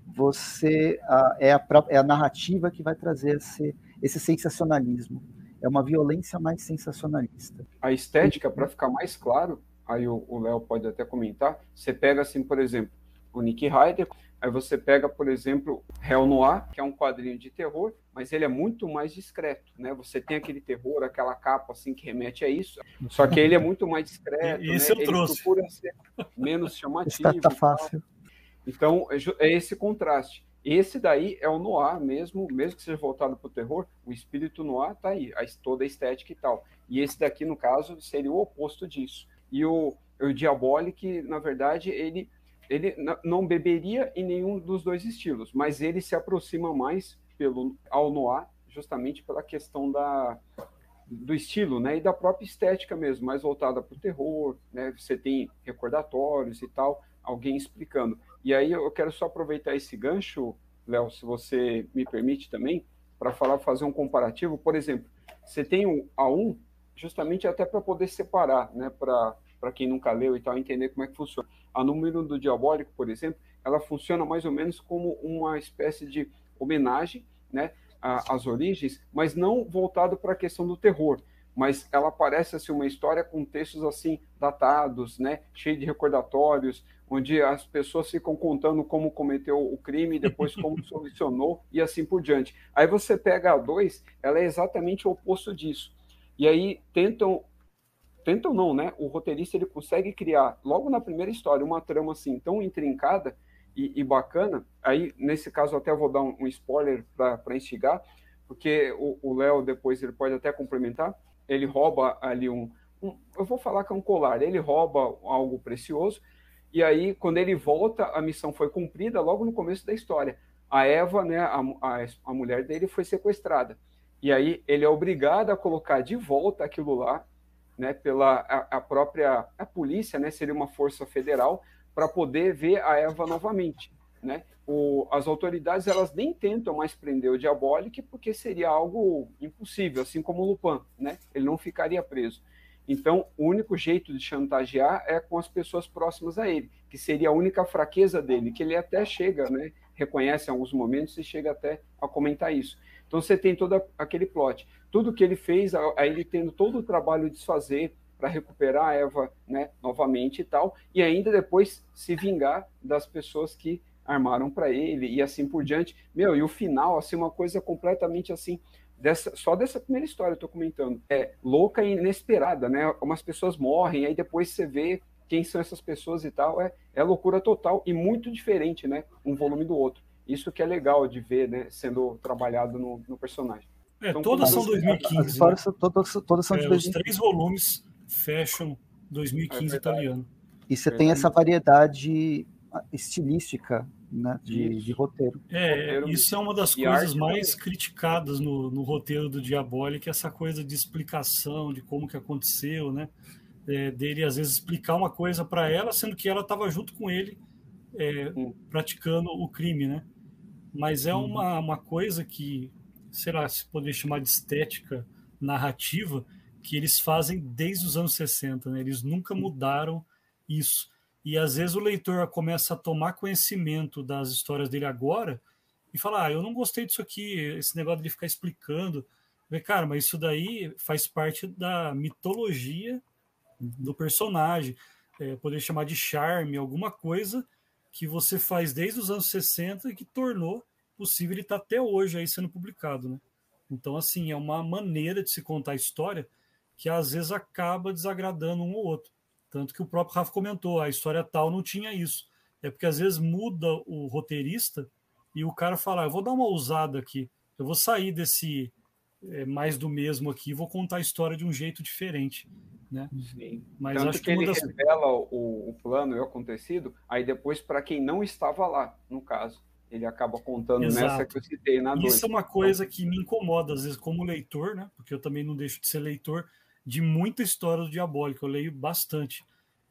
você a, é, a, é a narrativa que vai trazer esse, esse sensacionalismo. É uma violência mais sensacionalista. A estética, para ficar mais claro, aí o Léo pode até comentar, você pega assim, por exemplo, o Nick Ryder, aí você pega, por exemplo, Hell Noir, que é um quadrinho de terror, mas ele é muito mais discreto, né? Você tem aquele terror, aquela capa assim que remete a isso, só que ele é muito mais discreto, e, esse né? eu Ele trouxe. procura ser menos chamativo. Está tá fácil. Então, é esse contraste. Esse daí é o noir mesmo, mesmo que seja voltado para o terror, o espírito noir está aí, a, toda a estética e tal. E esse daqui, no caso, seria o oposto disso. E o, o Diabolic, na verdade, ele, ele não beberia em nenhum dos dois estilos, mas ele se aproxima mais pelo, ao noir, justamente pela questão da, do estilo, né, e da própria estética mesmo, mais voltada para o terror, né, você tem recordatórios e tal, alguém explicando. E aí eu quero só aproveitar esse gancho, Léo, se você me permite também, para falar, fazer um comparativo. Por exemplo, você tem o A um, justamente até para poder separar, né, para quem nunca leu e tal, entender como é que funciona. A número do Diabólico, por exemplo, ela funciona mais ou menos como uma espécie de homenagem, né, às origens, mas não voltado para a questão do terror. Mas ela parece assim, uma história com textos assim datados, né, cheio de recordatórios, onde as pessoas ficam contando como cometeu o crime e depois como solucionou e assim por diante. Aí você pega a dois, ela é exatamente o oposto disso. E aí tentam, tentam não, né? O roteirista ele consegue criar, logo na primeira história, uma trama assim tão intrincada e, e bacana. Aí, nesse caso, até vou dar um, um spoiler para instigar, porque o Léo depois ele pode até complementar. Ele rouba ali um, um, eu vou falar que é um colar, ele rouba algo precioso, e aí, quando ele volta, a missão foi cumprida logo no começo da história. A Eva, né, a, a, a mulher dele, foi sequestrada. E aí, ele é obrigado a colocar de volta aquilo lá, né, pela a, a própria a polícia, né, seria uma força federal, para poder ver a Eva novamente. Né? O, as autoridades elas nem tentam mais prender o Diabolic, porque seria algo impossível, assim como o Lupin, né? Ele não ficaria preso. Então, o único jeito de chantagear é com as pessoas próximas a ele, que seria a única fraqueza dele, que ele até chega, né, reconhece em alguns momentos e chega até a comentar isso. Então, você tem todo aquele plot. Tudo que ele fez, aí ele tendo todo o trabalho de desfazer para recuperar a Eva, né, novamente e tal, e ainda depois se vingar das pessoas que armaram para ele e assim por diante. Meu, e o final, assim, uma coisa completamente assim... Dessa, só dessa primeira história eu estou comentando. É louca e inesperada, né? Umas pessoas morrem, aí depois você vê quem são essas pessoas e tal. É, é loucura total e muito diferente, né? Um volume do outro. Isso que é legal de ver, né? Sendo trabalhado no, no personagem. É, então, todas são dois mil e quinze. As histórias, né? todas, todas são de é, dois mil e quinze. Os três volumes fecham dois mil e quinze é italiano. E você verdade. Tem essa variedade estilística, né, de, de roteiro. É, roteiro isso é uma das coisas mais também. criticadas no, no roteiro do Diabolic, essa coisa de explicação de como que aconteceu, né? É, dele às vezes explicar uma coisa para ela, sendo que ela estava junto com ele é, hum. praticando o crime, né? Mas é uma, uma coisa que, sei lá, se poderia chamar de estética narrativa, que eles fazem desde os anos sessenta, né? Eles nunca mudaram isso. E às vezes o leitor começa a tomar conhecimento das histórias dele agora e fala, ah, eu não gostei disso aqui, esse negócio de ficar explicando. Cara, mas isso daí faz parte da mitologia do personagem, é, poder chamar de charme, alguma coisa que você faz desde os anos sessenta e que tornou possível ele estar até hoje aí sendo publicado, né? Então, assim, é uma maneira de se contar a história que às vezes acaba desagradando um ou outro. Tanto que o próprio Rafa comentou, a história tal não tinha isso. É porque às vezes muda o roteirista e o cara fala, eu vou dar uma ousada aqui, eu vou sair desse é, mais do mesmo aqui, vou contar a história de um jeito diferente, né? Sim. Mas Tanto acho que, que uma ele das... revela o, o plano e o acontecido, aí depois, para quem não estava lá, no caso, ele acaba contando Exato. Nessa que eu citei na dois. Isso é uma coisa que me incomoda, às vezes, como leitor, né? Porque eu também não deixo de ser leitor de muita história do Diabólico, eu leio bastante.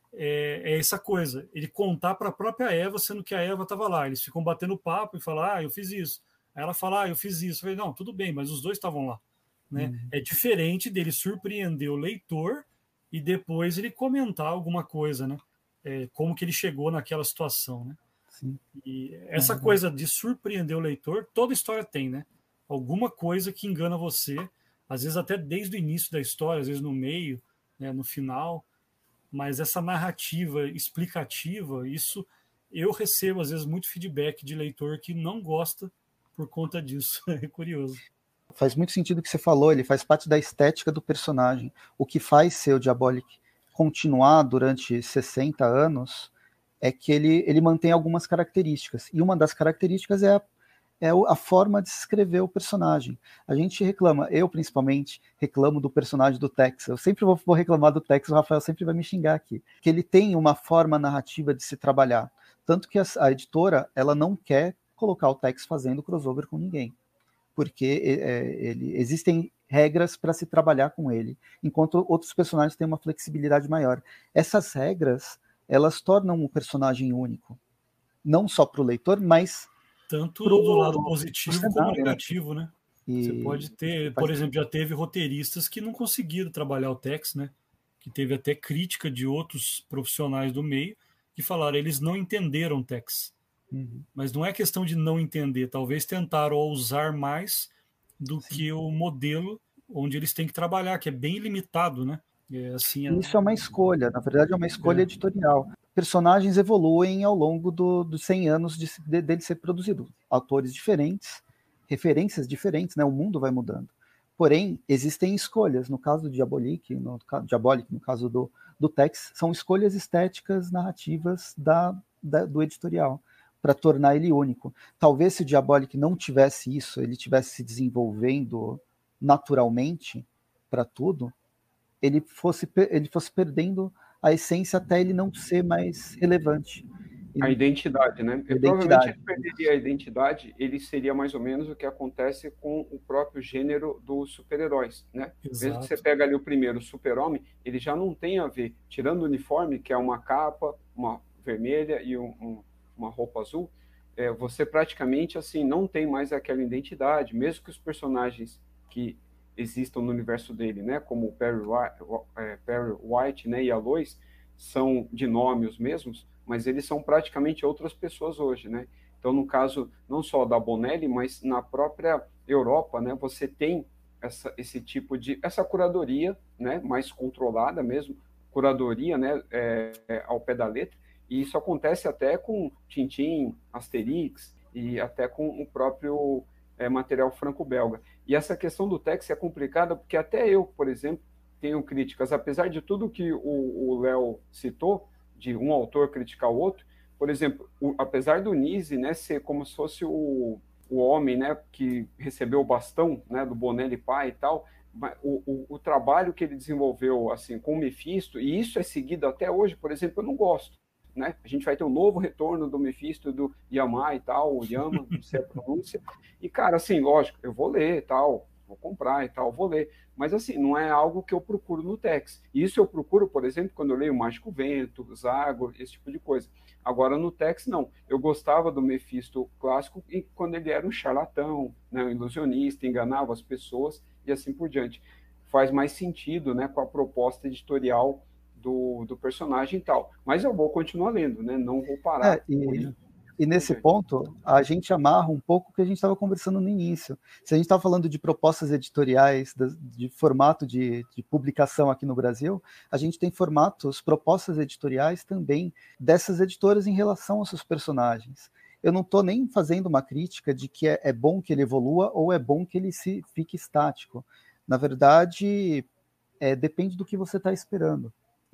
É, é essa coisa, ele contar para a própria Eva, sendo que a Eva estava lá. Eles ficam batendo papo e falam, ah, eu fiz isso. Aí ela fala, ah, eu fiz isso. Eu falei, não, tudo bem, mas os dois estavam lá. Né? Uhum. É diferente dele surpreender o leitor e depois ele comentar alguma coisa, né? É, como que ele chegou naquela situação, né? Sim. E essa uhum. coisa de surpreender o leitor, toda história tem, né? Alguma coisa que engana você, às vezes até desde o início da história, às vezes no meio, né, no final, mas essa narrativa explicativa, isso eu recebo às vezes muito feedback de leitor que não gosta por conta disso. É curioso. Faz muito sentido o que você falou, ele faz parte da estética do personagem. O que faz ser o Diabolic continuar durante sessenta anos é que ele, ele mantém algumas características. E uma das características é a, é a forma de se escrever o personagem. A gente reclama, eu principalmente, reclamo do personagem do Tex. Eu sempre vou, vou reclamar do Tex, o Rafael sempre vai me xingar aqui. Que ele tem uma forma narrativa de se trabalhar. Tanto que a, a editora, ela não quer colocar o Tex fazendo crossover com ninguém. Porque é, ele, existem regras para se trabalhar com ele, enquanto outros personagens têm uma flexibilidade maior. Essas regras, elas tornam o personagem único, não só para o leitor, mas tanto pro, do lado positivo cenário, como negativo, né? E você pode ter, por exemplo, já teve roteiristas que não conseguiram trabalhar o Tex, né? Que teve até crítica de outros profissionais do meio que falaram eles não entenderam o Tex. Uhum. Mas não é questão de não entender, talvez tentaram usar mais do Sim. que o modelo onde eles têm que trabalhar, que é bem limitado, né? É, assim, Isso a... é uma escolha, na verdade é uma escolha é. editorial. Personagens evoluem ao longo do, dos cem anos de, de, dele ser produzido. Autores diferentes, referências diferentes, né? O mundo vai mudando. Porém, existem escolhas. No caso do Diabolic, no, Diabolic, no caso do, do Tex, são escolhas estéticas, narrativas da, da, do editorial, para tornar ele único. Talvez se o Diabolic não tivesse isso, ele tivesse se desenvolvendo naturalmente para tudo, ele fosse, ele fosse perdendo a essência até ele não ser mais relevante. Ele... A identidade, né? A identidade. Provavelmente ele perderia a identidade, ele seria mais ou menos o que acontece com o próprio gênero dos super-heróis, né? Exato. Mesmo que você pega ali o primeiro, o Super-Homem, ele já não tem a ver, tirando o uniforme, que é uma capa, uma vermelha e um, um uma roupa azul, é, você praticamente assim não tem mais aquela identidade, mesmo que os personagens que existam no universo dele, né, como o Perry White, é, Perry White, né, e a Lois, são de nome os mesmos, mas eles são praticamente outras pessoas hoje, né? Então, no caso não só da Bonelli, mas na própria Europa, né, você tem essa, esse tipo de essa curadoria, né, mais controlada mesmo, curadoria, né, é, é, ao pé da letra. E isso acontece até com Tintin, Asterix e até com o próprio é, material franco-belga. E essa questão do Tex é complicada porque até eu, por exemplo, tenho críticas. Apesar de tudo que o Léo citou, de um autor criticar o outro, por exemplo, o, apesar do Nise, né, ser como se fosse o, o homem, né, que recebeu o bastão, né, do Bonelli pai e tal, o, o, o trabalho que ele desenvolveu assim, com o Mephisto, e isso é seguido até hoje, por exemplo, eu não gosto. Né? A gente vai ter um novo retorno do Mephisto, do Yama e tal, o Yama, não sei a pronúncia. E, cara, assim, lógico, eu vou ler e tal, vou comprar e tal, vou ler. Mas, assim, não é algo que eu procuro no Tex. Isso eu procuro, por exemplo, quando eu leio Mágico Vento, Zagor, esse tipo de coisa. Agora, no Tex, não. Eu gostava do Mephisto clássico e quando ele era um charlatão, né, um ilusionista, enganava as pessoas e assim por diante. Faz mais sentido, né, com a proposta editorial Do, do personagem e tal. Mas eu vou continuar lendo, né? Não vou parar. É, e, e nesse ponto, a gente amarra um pouco o que a gente estava conversando no início. Se a gente estava falando de propostas editoriais, de, de formato de, de publicação aqui no Brasil, a gente tem formatos, propostas editoriais também dessas editoras em relação aos seus personagens. Eu não estou nem fazendo uma crítica de que é, é bom que ele evolua ou é bom que ele se fique estático. Na verdade, é, depende do que você está esperando.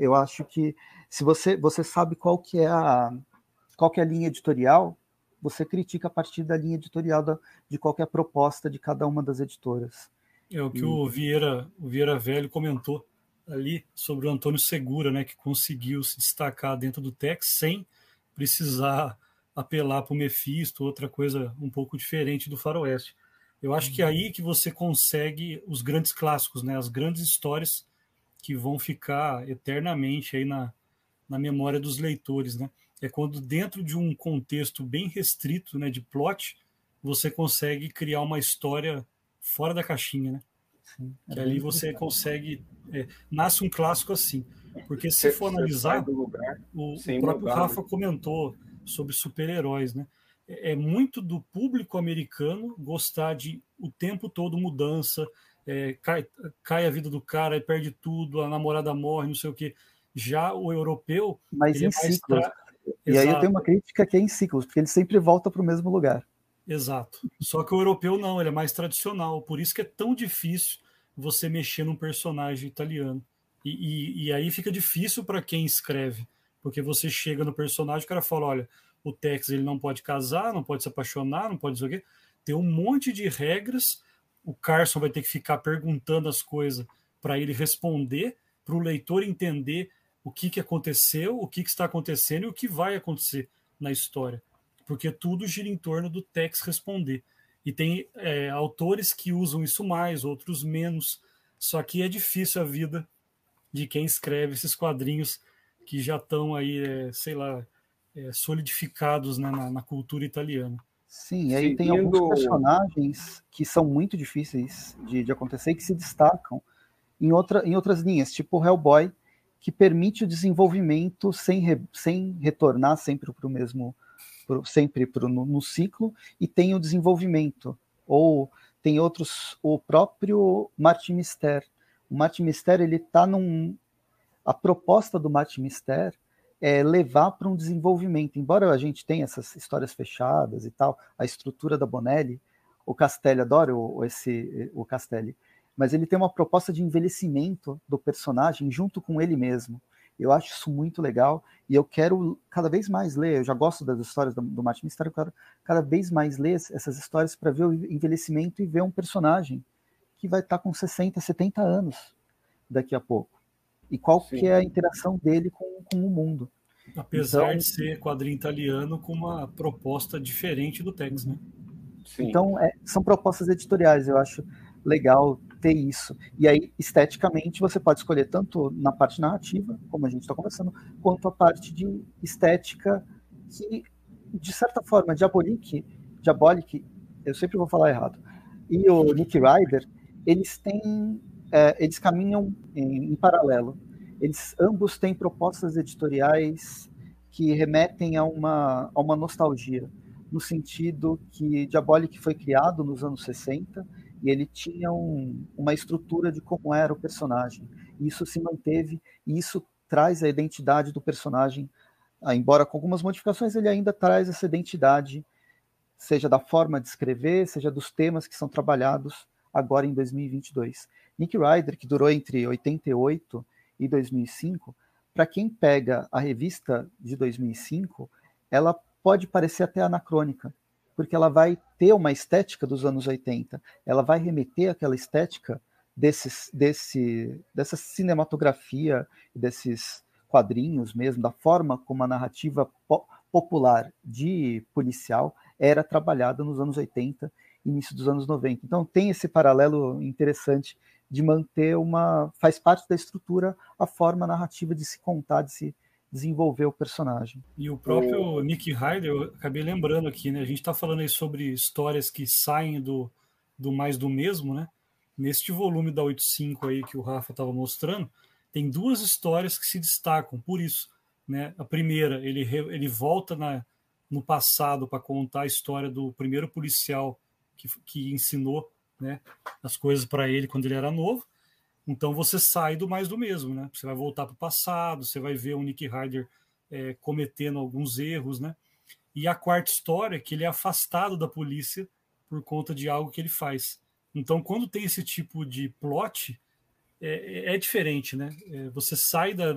Eu acho que se você, você sabe qual que é a, qual que é a linha editorial, você critica a partir da linha editorial da, de qualquer proposta de cada uma das editoras. É o que E... o Vieira, o Vieira Velho comentou ali sobre o Antônio Segura, né, que conseguiu se destacar dentro do Tex sem precisar apelar para o Mephisto, outra coisa um pouco diferente do Faroeste. Eu acho que é aí que você consegue os grandes clássicos, né, as grandes histórias que vão ficar eternamente aí na, na memória dos leitores, né? É quando dentro de um contexto bem restrito, né, de plot, você consegue criar uma história fora da caixinha, né? Sim, é que ali você consegue... É, nasce um clássico assim. Porque se for analisar, o, o próprio mudar, Rafa né? comentou sobre super-heróis, né? É, é muito do público americano gostar de o tempo todo mudança, é, cai, cai a vida do cara, perde tudo, a namorada morre, não sei o quê. Já o europeu... Mas ele em é mais ciclos. tra... E Exato. aí eu tenho uma crítica que é em ciclos, porque ele sempre volta para o mesmo lugar. Exato. Só que o europeu não, ele é mais tradicional. Por isso que é tão difícil você mexer num personagem italiano. E, e, e aí fica difícil para quem escreve, porque você chega no personagem, o cara fala, olha, o Tex ele não pode casar, não pode se apaixonar, não pode dizer o quê. Tem um monte de regras, o Carson vai ter que ficar perguntando as coisas para ele responder, para o leitor entender o que, que aconteceu, o que, que está acontecendo e o que vai acontecer na história. Porque tudo gira em torno do Tex responder. E tem é, autores que usam isso mais, outros menos. Só que é difícil a vida de quem escreve esses quadrinhos que já estão aí, é, sei lá, é, solidificados, né, na, na cultura italiana. Sim, e aí Seguindo... tem alguns personagens que são muito difíceis de, de acontecer e que se destacam em, outra, em outras linhas, tipo o Hellboy, que permite o desenvolvimento sem, re, sem retornar sempre para o mesmo... Pro, sempre pro, no, no ciclo, e tem o desenvolvimento. Ou tem outros, o próprio Martin Mister. O Martin Mister, ele está num... A proposta do Martin Mister é levar para um desenvolvimento. Embora a gente tenha essas histórias fechadas e tal, a estrutura da Bonelli, o Castelli adora o, esse, o Castelli, mas ele tem uma proposta de envelhecimento do personagem junto com ele mesmo. Eu acho isso muito legal e eu quero cada vez mais ler. Eu já gosto das histórias do, do Martin Mister, eu quero cada vez mais ler essas histórias para ver o envelhecimento e ver um personagem que vai estar com sessenta, setenta anos daqui a pouco. E qual Sim. que é a interação dele com, com o mundo. Apesar então, de ser quadrinho italiano com uma proposta diferente do Tex, né? Sim. Então, é, são propostas editoriais, eu acho legal ter isso. E aí, esteticamente, você pode escolher tanto na parte narrativa, como a gente está conversando, quanto a parte de estética que, de certa forma, Diabolik, Diabolik, eu sempre vou falar errado, e o Nick Ryder, eles têm, é, eles caminham em, em paralelo. Eles ambos têm propostas editoriais que remetem a uma, a uma nostalgia, no sentido que Diabolik foi criado nos anos sessenta, e ele tinha um, uma estrutura de como era o personagem. E isso se manteve, e isso traz a identidade do personagem, embora com algumas modificações, ele ainda traz essa identidade, seja da forma de escrever, seja dos temas que são trabalhados agora em dois mil e vinte e dois. Nick Ryder, que durou entre oitenta e oito e dois mil e cinco, para quem pega a revista de dois mil e cinco, ela pode parecer até anacrônica, porque ela vai ter uma estética dos anos oitenta, ela vai remeter àquela estética desses, desse, dessa cinematografia, desses quadrinhos mesmo, da forma como a narrativa po- popular de policial era trabalhada nos anos oitenta, início dos anos noventa. Então tem esse paralelo interessante de manter uma... faz parte da estrutura a forma narrativa de se contar, de se desenvolver o personagem. E o próprio o... Nick Ryder, eu acabei lembrando aqui, né? A gente está falando aí sobre histórias que saem do, do mais do mesmo, né? Neste volume da oitenta e cinco aí que o Rafa estava mostrando, tem duas histórias que se destacam por isso, né? A primeira, ele, ele volta na, no passado para contar a história do primeiro policial que, que ensinou, né, as coisas para ele quando ele era novo. Então você sai do mais do mesmo, né? Você vai voltar para o passado, você vai ver o Nick Ryder é, cometendo alguns erros, né? E a quarta história é que ele é afastado da polícia por conta de algo que ele faz. Então, quando tem esse tipo de plot, é, é diferente, né? É, você sai da, da,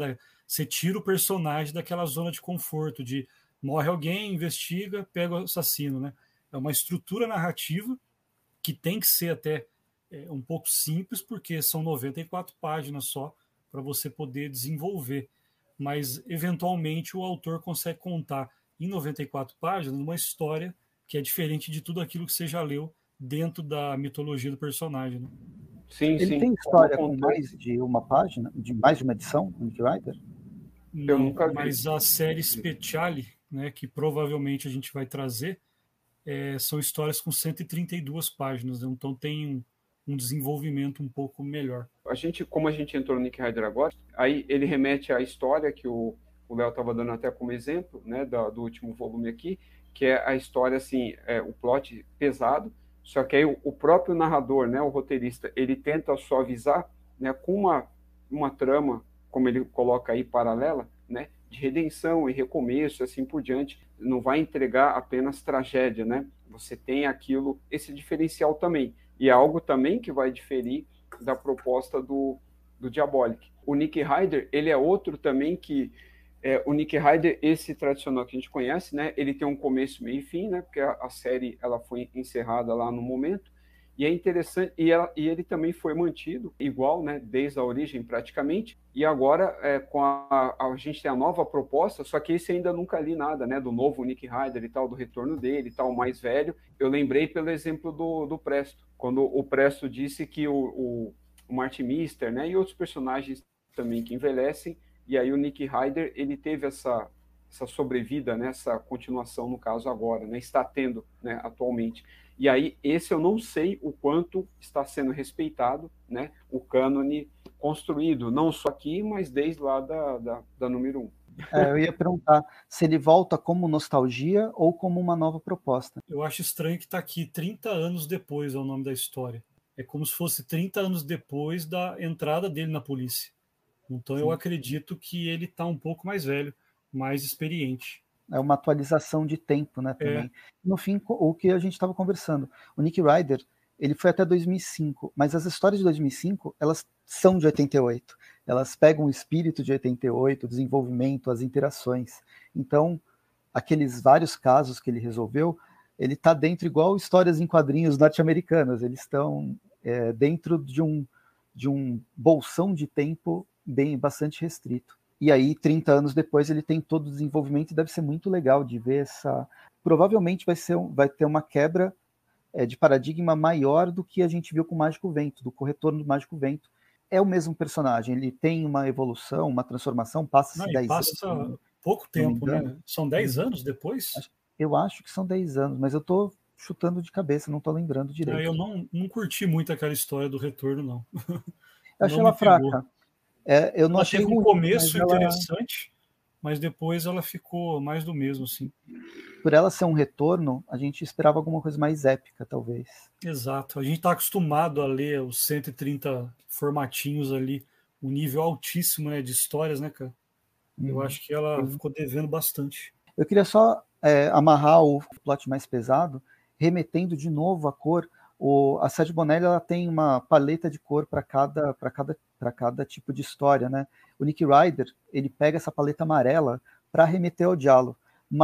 você tira o personagem daquela zona de conforto, de morre alguém, investiga, pega o assassino, né? É uma estrutura narrativa que tem que ser até é, um pouco simples, porque são noventa e quatro páginas só para você poder desenvolver. Mas, eventualmente, o autor consegue contar em noventa e quatro páginas uma história que é diferente de tudo aquilo que você já leu dentro da mitologia do personagem. Né? Sim, Ele sim. tem história com mais de uma página, de mais de uma edição, o Nick Rider? Não, nunca vi. Mas a série Speciale, né, que provavelmente a gente vai trazer, é, são histórias com cento e trinta e duas páginas, né? Então tem um, um desenvolvimento um pouco melhor. A gente, como a gente entrou no Nick Rider agora, aí ele remete à história que o Léo estava dando até como exemplo, né, do, do último volume aqui, que é a história, assim, é, o plot pesado, só que aí o, o próprio narrador, né, o roteirista, ele tenta suavizar, né, com uma, uma trama, como ele coloca aí, paralela, né, de redenção e recomeço, assim por diante. Não vai entregar apenas tragédia, né? Você tem aquilo, esse diferencial também. E é algo também que vai diferir da proposta do, do Diabolic. O Nick Rider, ele é outro também que... É, o Nick Rider, esse tradicional que a gente conhece, né? Ele tem um começo, meio e fim, né? Porque a, a série ela foi encerrada lá no momento. E é interessante, e, ela, e ele também foi mantido igual, né, desde a origem praticamente, e agora é, com a, a, a gente tem a nova proposta, só que esse ainda nunca li nada, né, do novo Nick Rider e tal, do retorno dele e tal, mais velho. Eu lembrei pelo exemplo do, do Presto, quando o Presto disse que o, o, o Martin Mister, né, e outros personagens também que envelhecem, e aí o Nick Rider, ele teve essa, essa sobrevida, né, essa continuação no caso agora, né, está tendo, né, atualmente. E aí, esse eu não sei o quanto está sendo respeitado, né, o cânone construído, não só aqui, mas desde lá da, da, da número um. É, eu ia perguntar se ele volta como nostalgia ou como uma nova proposta. Eu acho estranho que está aqui trinta anos depois é o nome da história. É como se fosse trinta anos depois da entrada dele na polícia. Então Sim. eu acredito que ele está um pouco mais velho, mais experiente. É uma atualização de tempo, né, também. É. No fim, o que a gente estava conversando, o Nick Rider, ele foi até dois mil e cinco, mas as histórias de dois mil e cinco, elas são de oitenta e oito. Elas pegam o espírito de oitenta e oito, o desenvolvimento, as interações. Então, aqueles vários casos que ele resolveu, ele está dentro igual histórias em quadrinhos norte-americanas. Eles estão é, dentro de um, de um bolsão de tempo bem bastante restrito. E aí, trinta anos depois, ele tem todo o desenvolvimento e deve ser muito legal de ver essa... Provavelmente vai, ser, vai ter uma quebra é, de paradigma maior do que a gente viu com o Mágico Vento, do Corretor do Mágico Vento. É o mesmo personagem, ele tem uma evolução, uma transformação, passa-se dez anos. Passa pouco tempo, né? São dez anos depois? Eu acho que são dez anos, mas eu tô chutando de cabeça, não tô lembrando direito. Não, eu não, não curti muito aquela história do retorno, não. Eu achei ela fraca. É, eu não ela achei teve um ruim, começo mas interessante, ela... mas depois ela ficou mais do mesmo, assim. Por ela ser um retorno, a gente esperava alguma coisa mais épica, talvez. Exato. A gente está acostumado a ler os cento e trinta formatinhos ali, um nível altíssimo, né, de histórias, né, cara? Hum, eu acho que ela sim. ficou devendo bastante. Eu queria só é, amarrar o plot mais pesado, remetendo de novo a cor. O, a Sérgio Bonelli ela tem uma paleta de cor para cada, para cada, para cada tipo de história, né? O Nick Rider ele pega essa paleta amarela para remeter ao Giallo,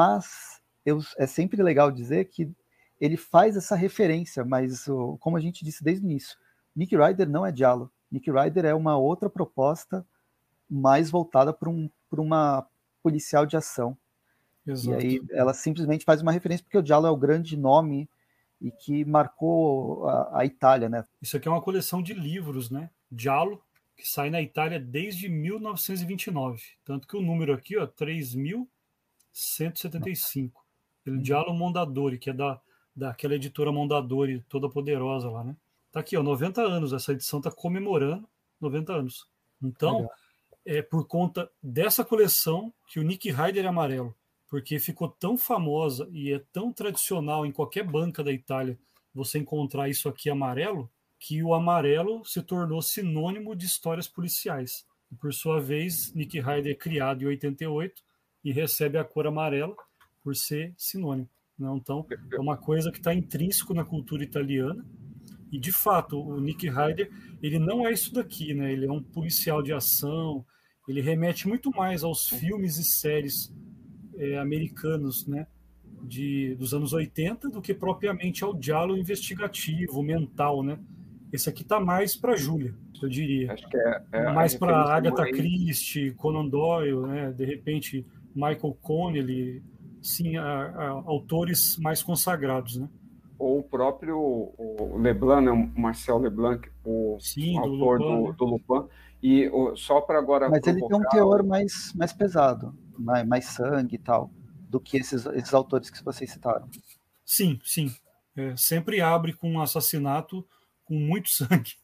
mas eu, é sempre legal dizer que ele faz essa referência, mas o, como a gente disse desde o início, Nick Rider não é Giallo. Nick Rider é uma outra proposta mais voltada para um, para uma policial de ação. Exato. E aí ela simplesmente faz uma referência porque o Giallo é o grande nome e que marcou a, a Itália, né? Isso aqui é uma coleção de livros, né? Giallo, que sai na Itália desde mil novecentos e vinte e nove. Tanto que o número aqui, ó, três mil cento e setenta e cinco. O Giallo Mondadori, que é da, daquela editora Mondadori, toda poderosa lá, né? Tá aqui, ó, noventa anos. Essa edição tá comemorando noventa anos. Então, legal. É por conta dessa coleção que o Nick Rider é amarelo. Porque ficou tão famosa e é tão tradicional em qualquer banca da Itália você encontrar isso aqui amarelo, que o amarelo se tornou sinônimo de histórias policiais. E, por sua vez, Nick Rider é criado em oitenta e oito e recebe a cor amarela por ser sinônimo. Não? Então, é uma coisa que está intrínseco na cultura italiana. E, de fato, o Nick Rider ele não é isso daqui, né? Ele é um policial de ação, ele remete muito mais aos filmes e séries é, americanos, né, de, dos anos oitenta, do que propriamente ao diálogo investigativo, mental, né? Esse aqui tá mais para Júlia, eu diria. Acho que é, é mais para Agatha mais... Christie, Conan Doyle, né? De repente Michael Connelly, sim, a, a, autores mais consagrados, né? Ou o próprio o Leblanc, né? O Marcel Leblanc, o sim, autor do Lupin, do, né? do Lupin. E o, só para agora Mas provocar... ele tem um teor mais, mais pesado, mais, mais sangue e tal, do que esses, esses autores que vocês citaram. Sim, sim. É, sempre abre com um assassinato com muito sangue.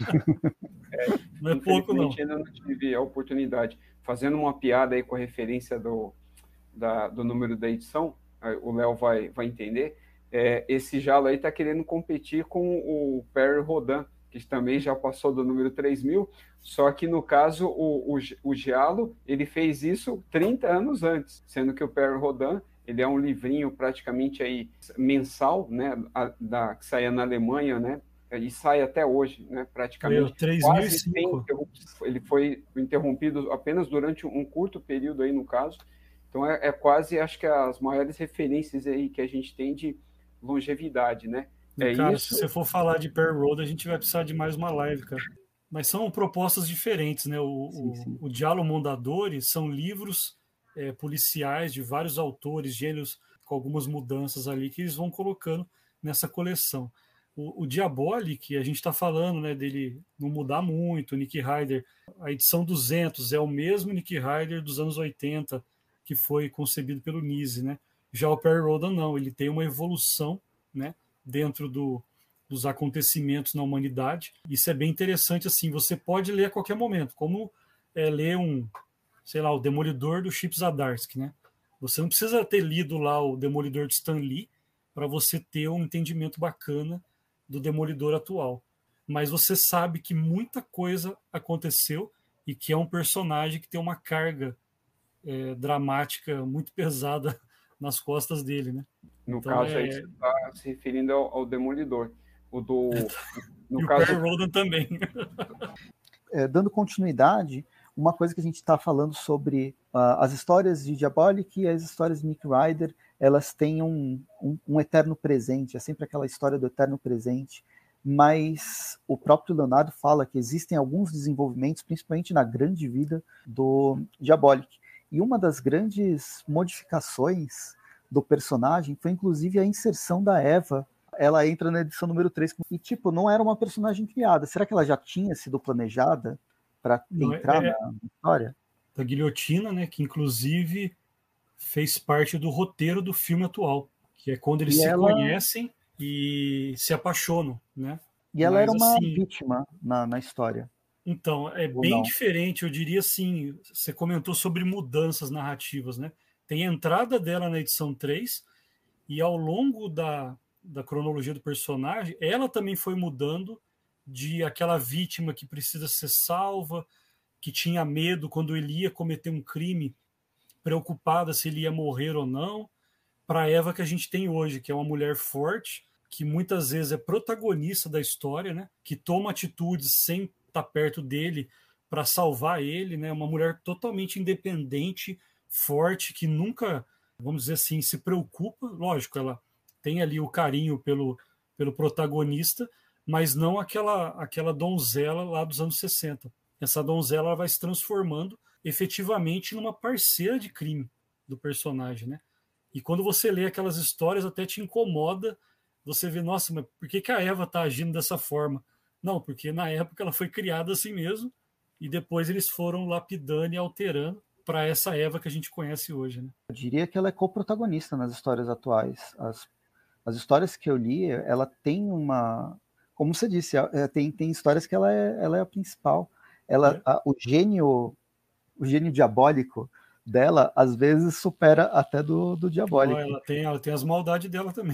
É, não é pouco, não. Infelizmente, ainda não tive a oportunidade. Fazendo uma piada aí com a referência do, da, do número da edição, o Léo vai, vai entender. É, esse Giallo aí está querendo competir com o Perry Rodin, que também já passou do número três mil, só que no caso o, o, o Giallo, ele fez isso trinta anos antes, sendo que o Perry Rodin, ele é um livrinho praticamente aí mensal, né, a, da, que saía na Alemanha, né, e sai até hoje, né, praticamente. três mil e cinco. Ele foi interrompido apenas durante um curto período aí no caso. Então é, é quase, acho que as maiores referências aí que a gente tem de longevidade, né? É cara, isso. se você for falar de Perry Road, a gente vai precisar de mais uma live, cara. Mas são propostas diferentes, né? O, sim, sim. o, o Diálogo Mondadori são livros é, policiais de vários autores, gêneros, com algumas mudanças ali que eles vão colocando nessa coleção. O, o Diabolic, que a gente está falando, né, dele não mudar muito, o Nick Ryder, a edição duzentos é o mesmo Nick Ryder dos anos oitenta, que foi concebido pelo Nise, né? Já o Perry Rhodan não, ele tem uma evolução, né, dentro do, dos acontecimentos na humanidade. Isso é bem interessante, assim, você pode ler a qualquer momento, como é, ler um, sei lá, o Demolidor do Chip Zdarsky, né? Você não precisa ter lido lá o Demolidor de Stan Lee para você ter um entendimento bacana do Demolidor atual. Mas você sabe que muita coisa aconteceu e que é um personagem que tem uma carga é, dramática muito pesada nas costas dele, né? No então, caso é... aí você está se referindo ao, ao Demolidor. O do... No e caso... o Perry Rhodan também. É, dando continuidade, uma coisa que a gente está falando sobre uh, as histórias de Diabolic e as histórias de Nick Ryder, elas têm um, um, um eterno presente, é sempre aquela história do eterno presente, mas o próprio Leonardo fala que existem alguns desenvolvimentos, principalmente na grande vida do Diabolic. E uma das grandes modificações do personagem foi inclusive a inserção da Eva. Ela entra na edição número três e, tipo, não era uma personagem criada. Será que ela já tinha sido planejada para entrar é, na história? Da Guilhotina, né, que inclusive fez parte do roteiro do filme atual, que é quando eles e se ela... conhecem e se apaixonam, né? E ela Mas, era uma assim... vítima na, na história. Então, é Ou bem não? diferente, eu diria assim, você comentou sobre mudanças narrativas, né? Tem a entrada dela na edição três, e ao longo da, da cronologia do personagem, ela também foi mudando de aquela vítima que precisa ser salva, que tinha medo quando ele ia cometer um crime, preocupada se ele ia morrer ou não, para a Eva que a gente tem hoje, que é uma mulher forte, que muitas vezes é protagonista da história, né? Que toma atitudes sem estar perto dele para salvar ele, né? Uma mulher totalmente independente, forte, que nunca, vamos dizer assim, se preocupa. Lógico, ela tem ali o carinho pelo, pelo protagonista, mas não aquela, aquela donzela lá dos anos sessenta. Essa donzela ela vai se transformando efetivamente numa parceira de crime do personagem, né? E quando você lê aquelas histórias, até te incomoda. Você vê, nossa, mas por que, que a Eva está agindo dessa forma? Não, porque na época ela foi criada assim mesmo, e depois eles foram lapidando e alterando para essa Eva que a gente conhece hoje, né? Eu diria que ela é co-protagonista nas histórias atuais. As, as histórias que eu li, ela tem uma... Como você disse, tem, tem histórias que ela é, ela é a principal. Ela, é. a, o gênio o gênio diabólico dela, às vezes, supera até do, do diabólico. Oh, ela, tem, ela tem as maldades dela também.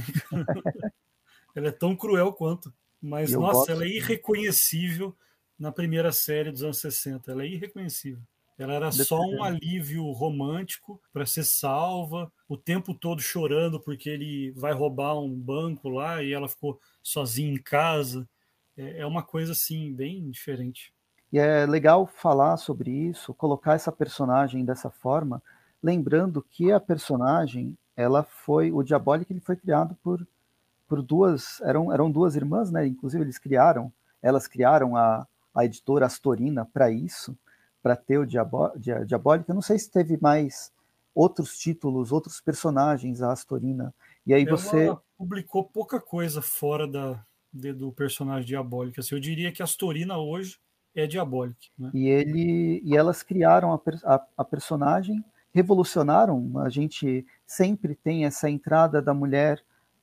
Ela é tão cruel quanto. Mas, eu nossa, gosto. Ela é irreconhecível na primeira série dos anos sessenta. Ela é irreconhecível. Ela era Dependendo. só um alívio romântico para ser salva, o tempo todo chorando porque ele vai roubar um banco lá e ela ficou sozinha em casa. É uma coisa, assim, bem diferente. E é legal falar sobre isso, colocar essa personagem dessa forma, lembrando que a personagem, ela foi, o Diabolic ele foi criado por, por duas, eram, eram duas irmãs, né? Inclusive eles criaram, elas criaram a, a editora Astorina para isso, para ter o Diabo, Diabolic. Eu não sei se teve mais outros títulos, outros personagens a Astorina. E aí Ela você publicou pouca coisa fora da, de, do personagem Diabolic. Assim, eu diria que a Astorina hoje é Diabolic, né? E, ele, e elas criaram a, a, a personagem, revolucionaram. A gente sempre tem essa entrada da mulher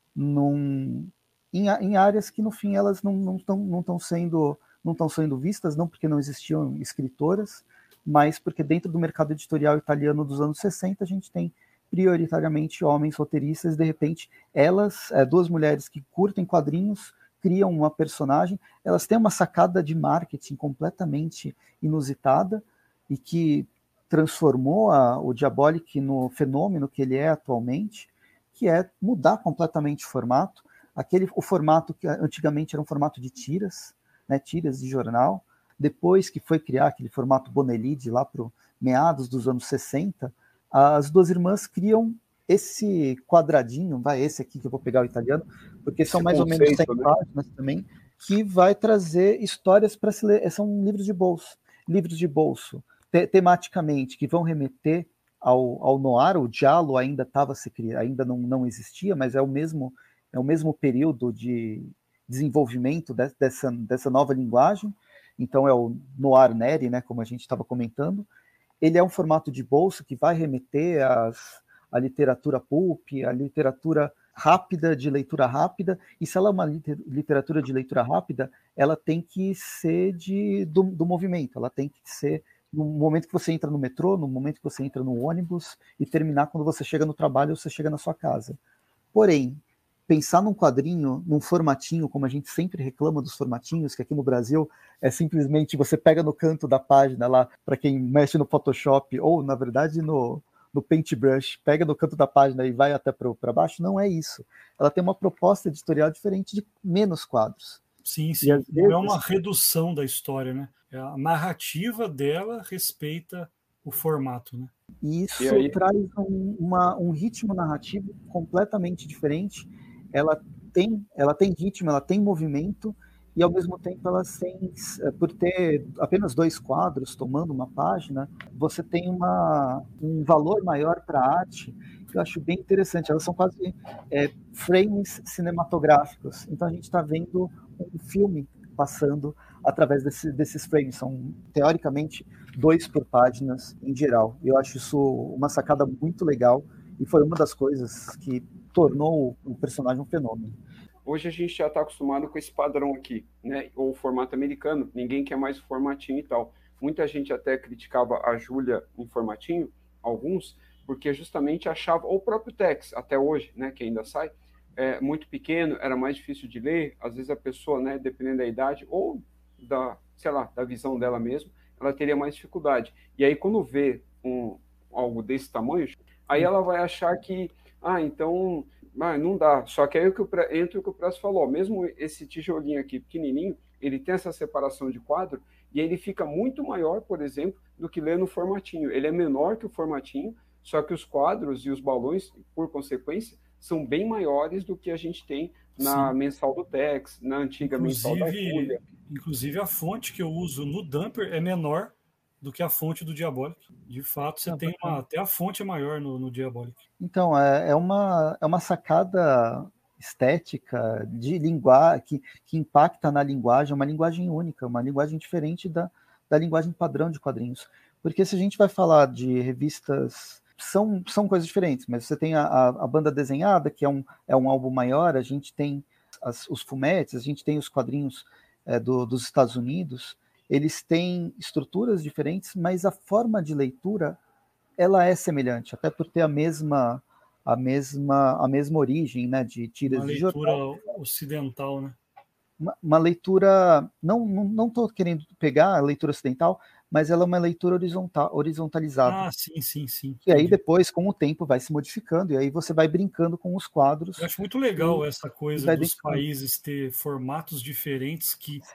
num, em, em áreas que, no fim, elas não estão não não sendo, não sendo vistas, não porque não existiam escritoras, mas porque dentro do mercado editorial italiano dos anos sessenta, a gente tem prioritariamente homens roteiristas. De repente, elas, é, duas mulheres que curtem quadrinhos, criam uma personagem, elas têm uma sacada de marketing completamente inusitada e que transformou a, o Diabolic no fenômeno que ele é atualmente, que é mudar completamente o formato. Aquele, o formato que antigamente era um formato de tiras, né, tiras de jornal, depois que foi criar aquele formato Bonelli, lá para meados dos anos sessenta, as duas irmãs criam esse quadradinho, vai esse aqui que eu vou pegar o italiano, porque são esse mais conceito, ou menos cem, né, páginas também, que vai trazer histórias para se ler. São livros de bolso, livros de bolso, te, tematicamente, que vão remeter ao, ao noir. O giallo ainda estava se criando, ainda não, não existia, mas é o mesmo, é o mesmo período de desenvolvimento de, dessa, dessa nova linguagem. Então é o noir neri, né, como a gente estava comentando. Ele é um formato de bolso que vai remeter às a literatura pulp, a literatura rápida, de leitura rápida, e se ela é uma literatura de leitura rápida, ela tem que ser de, do, do movimento, ela tem que ser no momento que você entra no metrô, no momento que você entra no ônibus, e terminar quando você chega no trabalho ou você chega na sua casa. Porém, pensar num quadrinho, num formatinho, como a gente sempre reclama dos formatinhos, que aqui no Brasil é simplesmente você pega no canto da página lá, para quem mexe no Photoshop, ou na verdade no no Paintbrush, pega no canto da página e vai até para baixo, não é isso. Ela tem uma proposta editorial diferente de menos quadros. Sim, sim. Não vezes... é uma redução da história, né? A narrativa dela respeita o formato, né? E isso e traz um, uma, um ritmo narrativo completamente diferente. Ela tem, ela tem ritmo, ela tem movimento, e ao mesmo tempo ela tem, por ter apenas dois quadros tomando uma página, você tem uma, um valor maior para a arte, que eu acho bem interessante. Elas são quase é, frames cinematográficos, então a gente está vendo um filme passando através desse, desses frames, são teoricamente dois por páginas em geral. Eu acho isso uma sacada muito legal, e foi uma das coisas que tornou o personagem um fenômeno. Hoje a gente já está acostumado com esse padrão aqui, né? Ou o formato americano, ninguém quer mais o formatinho e tal. Muita gente até criticava a Júlia em formatinho, alguns, porque justamente achava, ou o próprio Tex, até hoje, né, que ainda sai, é muito pequeno, era mais difícil de ler, às vezes a pessoa, né, dependendo da idade, ou da, sei lá, da visão dela mesmo, ela teria mais dificuldade. E aí quando vê um, algo desse tamanho, aí ela vai achar que, ah, então... mas não dá, só que aí o que o, entra o que o Presto falou, mesmo esse tijolinho aqui pequenininho, ele tem essa separação de quadro e ele fica muito maior, por exemplo, do que ler no formatinho. Ele é menor que o formatinho, só que os quadros e os balões, por consequência, são bem maiores do que a gente tem na Sim. mensal do Tex, na antiga inclusive, mensal da Folha. Inclusive a fonte que eu uso no Dumper é menor do que a fonte do Diabolic. De fato, você ah, tem uma, até a fonte é maior no, no Diabolic. Então, é, é, uma, é uma sacada estética de linguagem que, que impacta na linguagem, uma linguagem única, uma linguagem diferente da, da linguagem padrão de quadrinhos. Porque se a gente vai falar de revistas, são, são coisas diferentes, mas você tem a, a, a banda desenhada, que é um, é um álbum maior, a gente tem as, os fumetes, a gente tem os quadrinhos é, do, dos Estados Unidos. Eles têm estruturas diferentes, mas a forma de leitura ela é semelhante, até por ter a mesma a mesma a mesma origem, né, de tiras uma de leitura jornal. ocidental, né? Uma, uma leitura, não não estou querendo pegar a leitura ocidental, mas ela é uma leitura horizontal, horizontalizada. Ah, sim, sim, sim. E aí depois, com o tempo, vai se modificando, e aí você vai brincando com os quadros. Eu acho muito legal essa coisa dos países ter formatos diferentes que sim.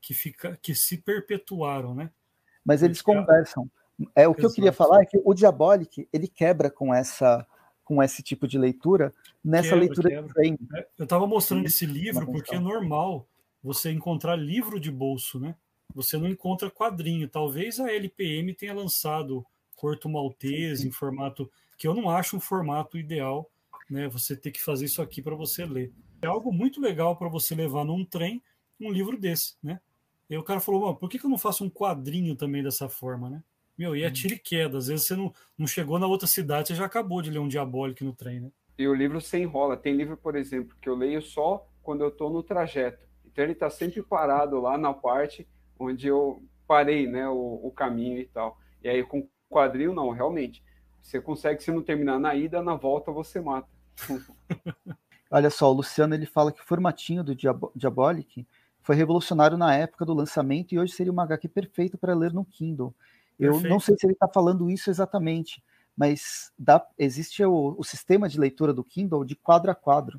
que, fica, que se perpetuaram, né? Mas Porque eles conversam. É, o que Exato. eu queria falar é que o Diabolic, ele quebra com, essa, com esse tipo de leitura nessa quebra, leitura quebra. de frame. É, eu estava mostrando Sim, esse livro porque é normal você encontrar livro de bolso, né? Você não encontra quadrinho. Talvez a L P M tenha lançado Corto Maltese sim, sim. em formato que eu não acho um formato ideal, né? Você ter que fazer isso aqui para você ler. É algo muito legal para você levar num trem um livro desse, né? E o cara falou, por que, que eu não faço um quadrinho também dessa forma, né? Meu, e é tiro e queda. Às vezes você não, não chegou na outra cidade, você já acabou de ler um Diabolic no trem, né? E o livro se enrola. Tem livro, por exemplo, que eu leio só quando eu estou no trajeto. Então ele está sempre parado lá na parte onde eu parei, né, o, o caminho e tal. E aí com quadrinho, não, realmente. Você consegue, se não terminar na ida, na volta você mata. Olha só, o Luciano ele fala que o formatinho do Diabo- Diabolic foi revolucionário na época do lançamento e hoje seria uma H Q perfeito para ler no Kindle. Eu Perfeito. não sei se ele está falando isso exatamente, mas dá, existe o, o sistema de leitura do Kindle de quadro a quadro.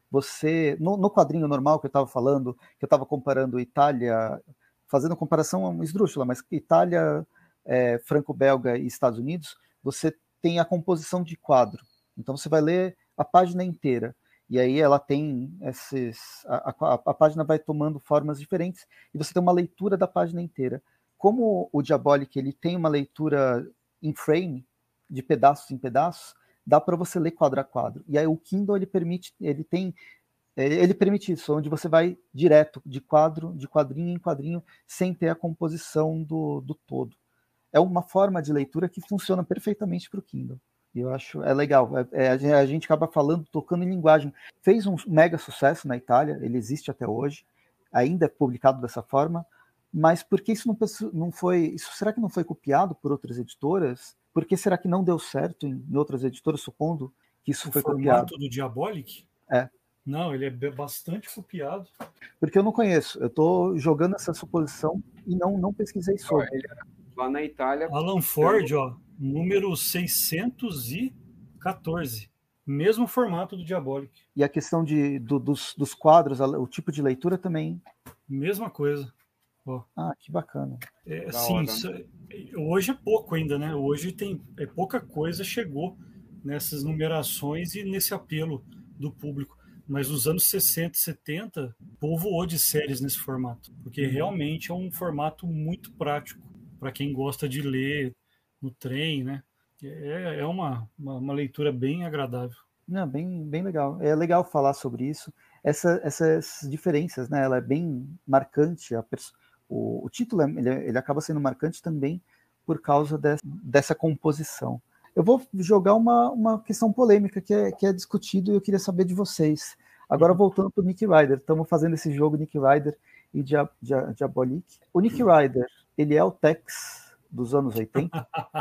Você, no, no quadrinho normal que eu estava falando, que eu estava comparando Itália, fazendo comparação esdrúxula, mas Itália, é, franco-belga e Estados Unidos, você tem a composição de quadro. Então você vai ler a página inteira. E aí ela tem esses. A, a, a página vai tomando formas diferentes e você tem uma leitura da página inteira. Como o Diabolic ele tem uma leitura em frame, de pedaços em pedaços, dá para você ler quadro a quadro. E aí o Kindle ele permite, ele tem, ele permite isso, onde você vai direto de quadro, de quadrinho em quadrinho, sem ter a composição do, do todo. É uma forma de leitura que funciona perfeitamente para o Kindle. E eu acho, é legal. É, é, a gente acaba falando, tocando em linguagem. Fez um mega sucesso na Itália, ele existe até hoje, ainda é publicado dessa forma, mas por que isso não, não foi. Isso, será que não foi copiado por outras editoras? Por que será que não deu certo em, em outras editoras, supondo que isso o foi formato copiado? do Diabolic? É. Não, ele é bastante copiado. Porque eu não conheço. Eu estou jogando essa suposição e não, não pesquisei sobre. Ele, lá na Itália. Alan Ford, ó, número seiscentos e quatorze. Mesmo formato do Diabolic. E a questão de, do, dos, dos quadros, o tipo de leitura também. Mesma coisa. Ó. Ah, que bacana. É, sim, isso, hoje é pouco ainda, né? Hoje tem é, pouca coisa chegou nessas numerações e nesse apelo do público. Mas nos anos sessenta e setenta, povoou de séries nesse formato. Porque uhum. realmente é um formato muito prático para quem gosta de ler no trem, né? É, é uma, uma, uma leitura bem agradável. Não, bem, bem legal. É legal falar sobre isso. Essa, essas diferenças, né? Ela é bem marcante. A o, o título ele, ele acaba sendo marcante também por causa dessa, dessa composição. Eu vou jogar uma, uma questão polêmica que é, que é discutido e eu queria saber de vocês. Agora voltando para o Nick Ryder, estamos fazendo esse jogo Nick Ryder e Dia, Dia, Diabolic. O Nick Ryder, ele é o Tex dos anos oitenta?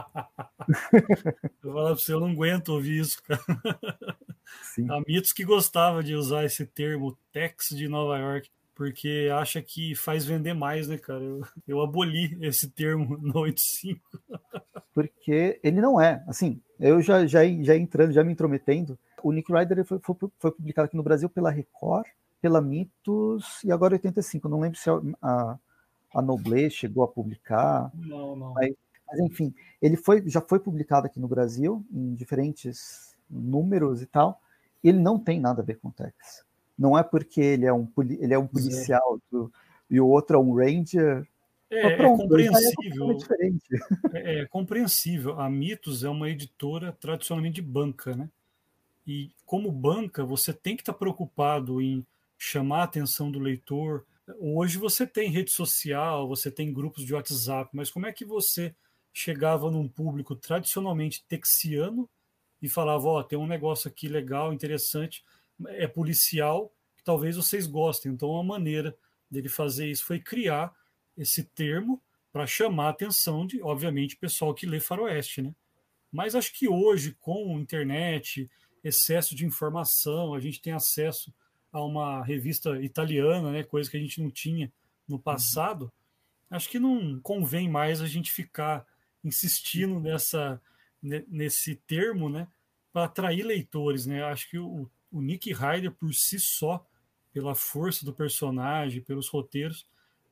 Eu vou falar para você, eu não aguento ouvir isso, cara. Sim. Há mitos que gostava de usar esse termo Tex de Nova York, porque acha que faz vender mais, né, cara? Eu, eu aboli esse termo no oitenta e cinco. Porque ele não é, assim, eu já, já, já entrando, já me intrometendo, o Nick Ryder foi, foi, foi publicado aqui no Brasil pela Record, pela Mitos e agora oitenta e cinco, não lembro se a, a Noblesse chegou a publicar. Não, não. Mas, mas enfim, ele foi, já foi publicado aqui no Brasil, em diferentes números e tal, e ele não tem nada a ver com o Tex. Não é porque ele é um, ele é um policial do, e o outro é um ranger. É, é compreensível. É, é compreensível. A Mitos é uma editora tradicionalmente de banca, né? E como banca, você tem que estar preocupado em chamar a atenção do leitor. Hoje você tem rede social, você tem grupos de WhatsApp, mas como é que você chegava num público tradicionalmente texiano e falava, ó, oh, tem um negócio aqui legal, interessante, é policial, que talvez vocês gostem. Então, uma maneira dele fazer isso foi criar esse termo para chamar a atenção de, obviamente, pessoal que lê faroeste, né? Mas acho que hoje, com internet, excesso de informação, a gente tem acesso a uma revista italiana, né, coisa que a gente não tinha no passado, acho que não convém mais a gente ficar insistindo nessa, nesse termo, né, para atrair leitores, né? Acho que o, o Nick Ryder, por si só, pela força do personagem, pelos roteiros,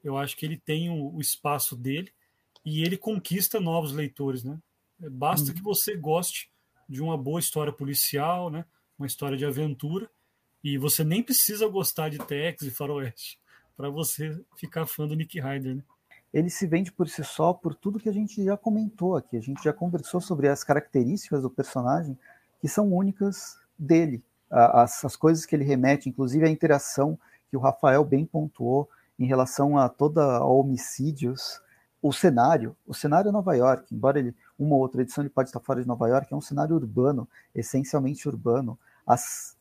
eu acho que ele tem o, o espaço dele e ele conquista novos leitores, né? Basta Uhum. que você goste de uma boa história policial, né? Uma história de aventura, e você nem precisa gostar de Tex e Faroeste para você ficar fã do Nick Ryder, né? Ele se vende por si só por tudo que a gente já comentou aqui. A gente já conversou sobre as características do personagem que são únicas dele. As, as coisas que ele remete, inclusive a interação que o Rafael bem pontuou em relação a toda a homicídios. O cenário, o cenário é Nova York, embora ele, uma ou outra edição ele pode estar fora de Nova York, é um cenário urbano, essencialmente urbano. As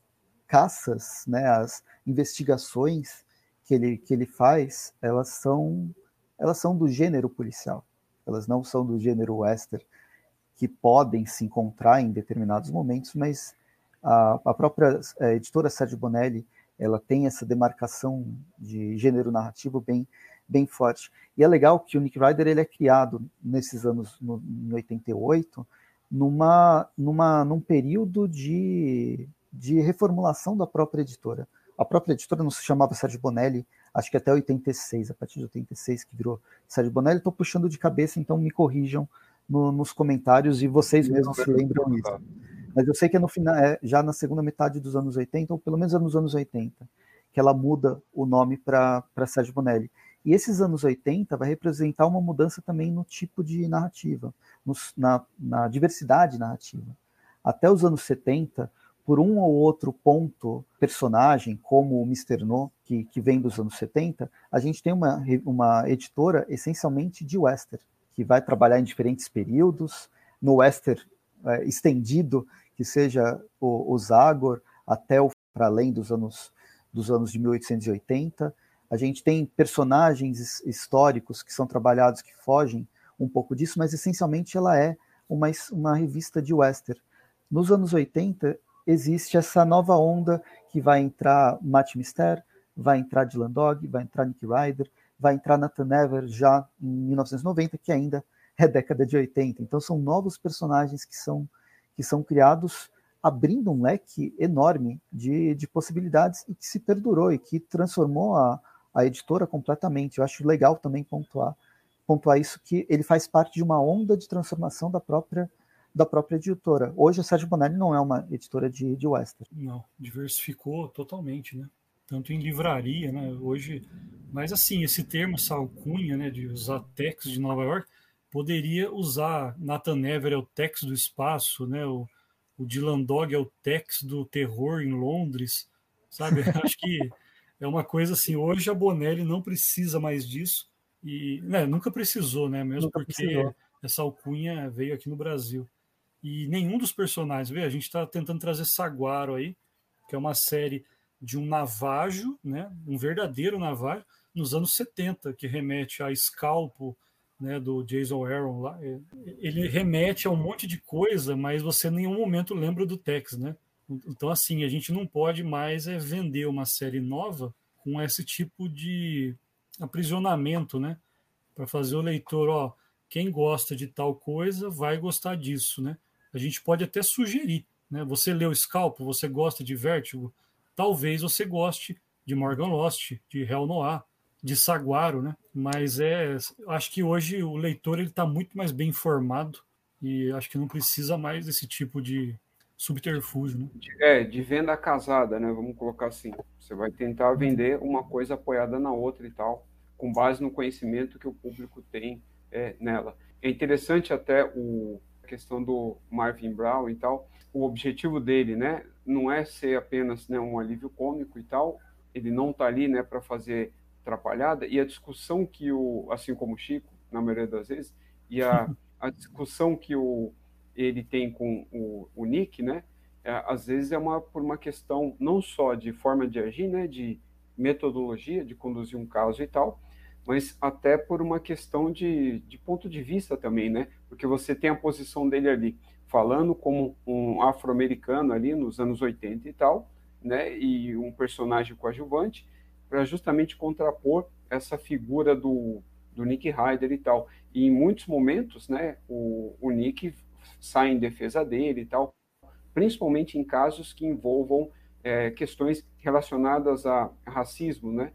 caças, né, as investigações que ele, que ele faz, elas são elas são do gênero policial, elas não são do gênero western, que podem se encontrar em determinados momentos, mas a, a própria a editora Sergio Bonelli, ela tem essa demarcação de gênero narrativo bem, bem forte. E é legal que o Nick Ryder ele é criado nesses anos, no, em oitenta e oito, numa, numa, num período de, de reformulação da própria editora. A própria editora não se chamava Sergio Bonelli, acho que até oitenta e seis, a partir de oitenta e seis que virou Sergio Bonelli. Estou puxando de cabeça, então me corrijam no, nos comentários e vocês mesmos se lembram isso. Mas eu sei que é, no final, é já na segunda metade dos anos oitenta, ou pelo menos é nos anos oitenta, que ela muda o nome para Sergio Bonelli. E esses anos oitenta vai representar uma mudança também no tipo de narrativa, no, na, na diversidade narrativa. Até os anos setenta, por um ou outro ponto, personagem, como o mister No, que, que vem dos anos setenta, a gente tem uma, uma editora essencialmente de western, que vai trabalhar em diferentes períodos, no western é, estendido, que seja o, o Zagor, até para além dos anos, dos anos de mil oitocentos e oitenta. A gente tem personagens históricos que são trabalhados, que fogem um pouco disso, mas essencialmente ela é uma, uma revista de western. Nos anos oitenta, existe essa nova onda que vai entrar Matt Mister, vai entrar Dylan Dog, vai entrar Nick Ryder, vai entrar Nathan Never já em mil novecentos e noventa, que ainda é década de oitenta. Então são novos personagens que são, que são criados, abrindo um leque enorme de, de possibilidades e que se perdurou e que transformou a, a editora completamente. Eu acho legal também pontuar, pontuar isso, que ele faz parte de uma onda de transformação da própria da própria editora. Hoje a Sergio Bonelli não é uma editora de, de western. Não, diversificou totalmente, né? Tanto em livraria, né? Hoje, mas assim, esse termo, essa alcunha, né, de usar Tex de Nova York, poderia usar Nathan Never é o Tex do espaço, né? O, o Dylan Dog é o Tex do terror em Londres, sabe? Acho que é uma coisa assim, hoje a Bonelli não precisa mais disso, e né, nunca precisou, né? Mesmo Nunca porque precisou. essa alcunha veio aqui no Brasil. E nenhum dos personagens, vê, a gente está tentando trazer Saguaro aí, que é uma série de um navajo, né, um verdadeiro navajo, nos anos setenta, que remete a Scalpo, né, do Jason Aaron lá. Ele remete a um monte de coisa, mas você em nenhum momento lembra do Tex, né? Então, assim, a gente não pode mais é vender uma série nova com esse tipo de aprisionamento, né? Para fazer o leitor, ó, quem gosta de tal coisa vai gostar disso, né? A gente pode até sugerir, né? Você leu Scalpo, você gosta de Vértigo, talvez você goste de Morgan Lost, de Hell Noir, de Saguaro, né? Mas é, acho que hoje o leitor ele está muito mais bem informado e acho que não precisa mais desse tipo de subterfúgio, né? É, de venda casada, né? Vamos colocar assim. Você vai tentar vender uma coisa apoiada na outra e tal, com base no conhecimento que o público tem é, nela. É interessante até o, a questão do Marvin Brown e tal. O objetivo dele, né, não é ser apenas, né, um alívio cômico e tal. Ele não está ali, né, para fazer atrapalhada. E a discussão que o, assim como o Chico, na maioria das vezes, e a, a discussão que o, ele tem com o, o Nick, né, é, às vezes é uma por uma questão não só de forma de agir, né, de metodologia, de conduzir um caso e tal, mas até por uma questão de, de ponto de vista também, né? Porque você tem a posição dele ali, falando como um afro-americano ali nos anos oitenta e tal, né? E um personagem coadjuvante, para justamente contrapor essa figura do, do Nick Ryder e tal. E em muitos momentos, né, o, o Nick sai em defesa dele e tal, principalmente em casos que envolvam é, questões relacionadas a racismo, né?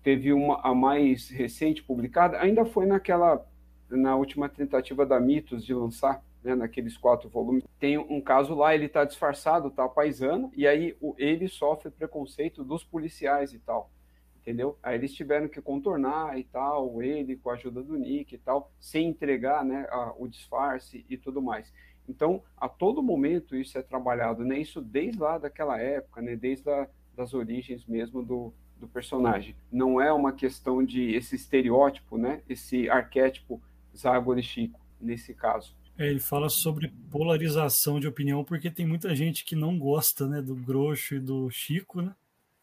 teve uma, a mais recente publicada, ainda foi naquela, na última tentativa da Mitos de lançar, né, naqueles quatro volumes. Tem um caso lá, ele está disfarçado, tá paisano, e aí o, ele sofre preconceito dos policiais e tal, entendeu? Aí eles tiveram que contornar e tal, ele com a ajuda do Nick e tal, sem entregar, né, a, o disfarce e tudo mais. Então, a todo momento isso é trabalhado, né? Isso desde lá daquela época, né? Desde a, das origens mesmo do, do personagem. Não é uma questão de esse estereótipo, né? Esse arquétipo Zagor e Chico, nesse caso. É, ele fala sobre polarização de opinião, porque tem muita gente que não gosta, né, do Groucho e do Chico, né?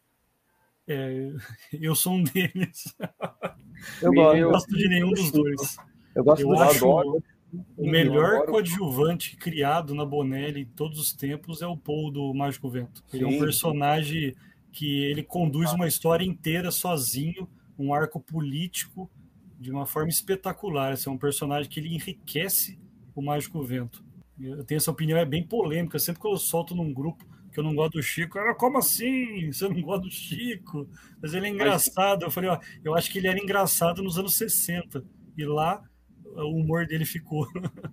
É, eu sou um deles. Eu Eu gosto, não gosto de nenhum dos dois. Eu gosto Eu do acho adoro. o melhor adoro. coadjuvante criado na Bonelli em todos os tempos é o Paul do Mágico Vento. Ele Sim. é um personagem que ele conduz uma história inteira sozinho, um arco político de uma forma espetacular. Esse é um personagem que ele enriquece o Mágico Vento. Eu tenho essa opinião, é bem polêmica. Sempre que eu solto num grupo que eu não gosto do Chico, ah, como assim? Você não gosta do Chico? Mas ele é engraçado. Eu falei, ó, eu acho que ele era engraçado nos anos sessenta. E lá o humor dele ficou.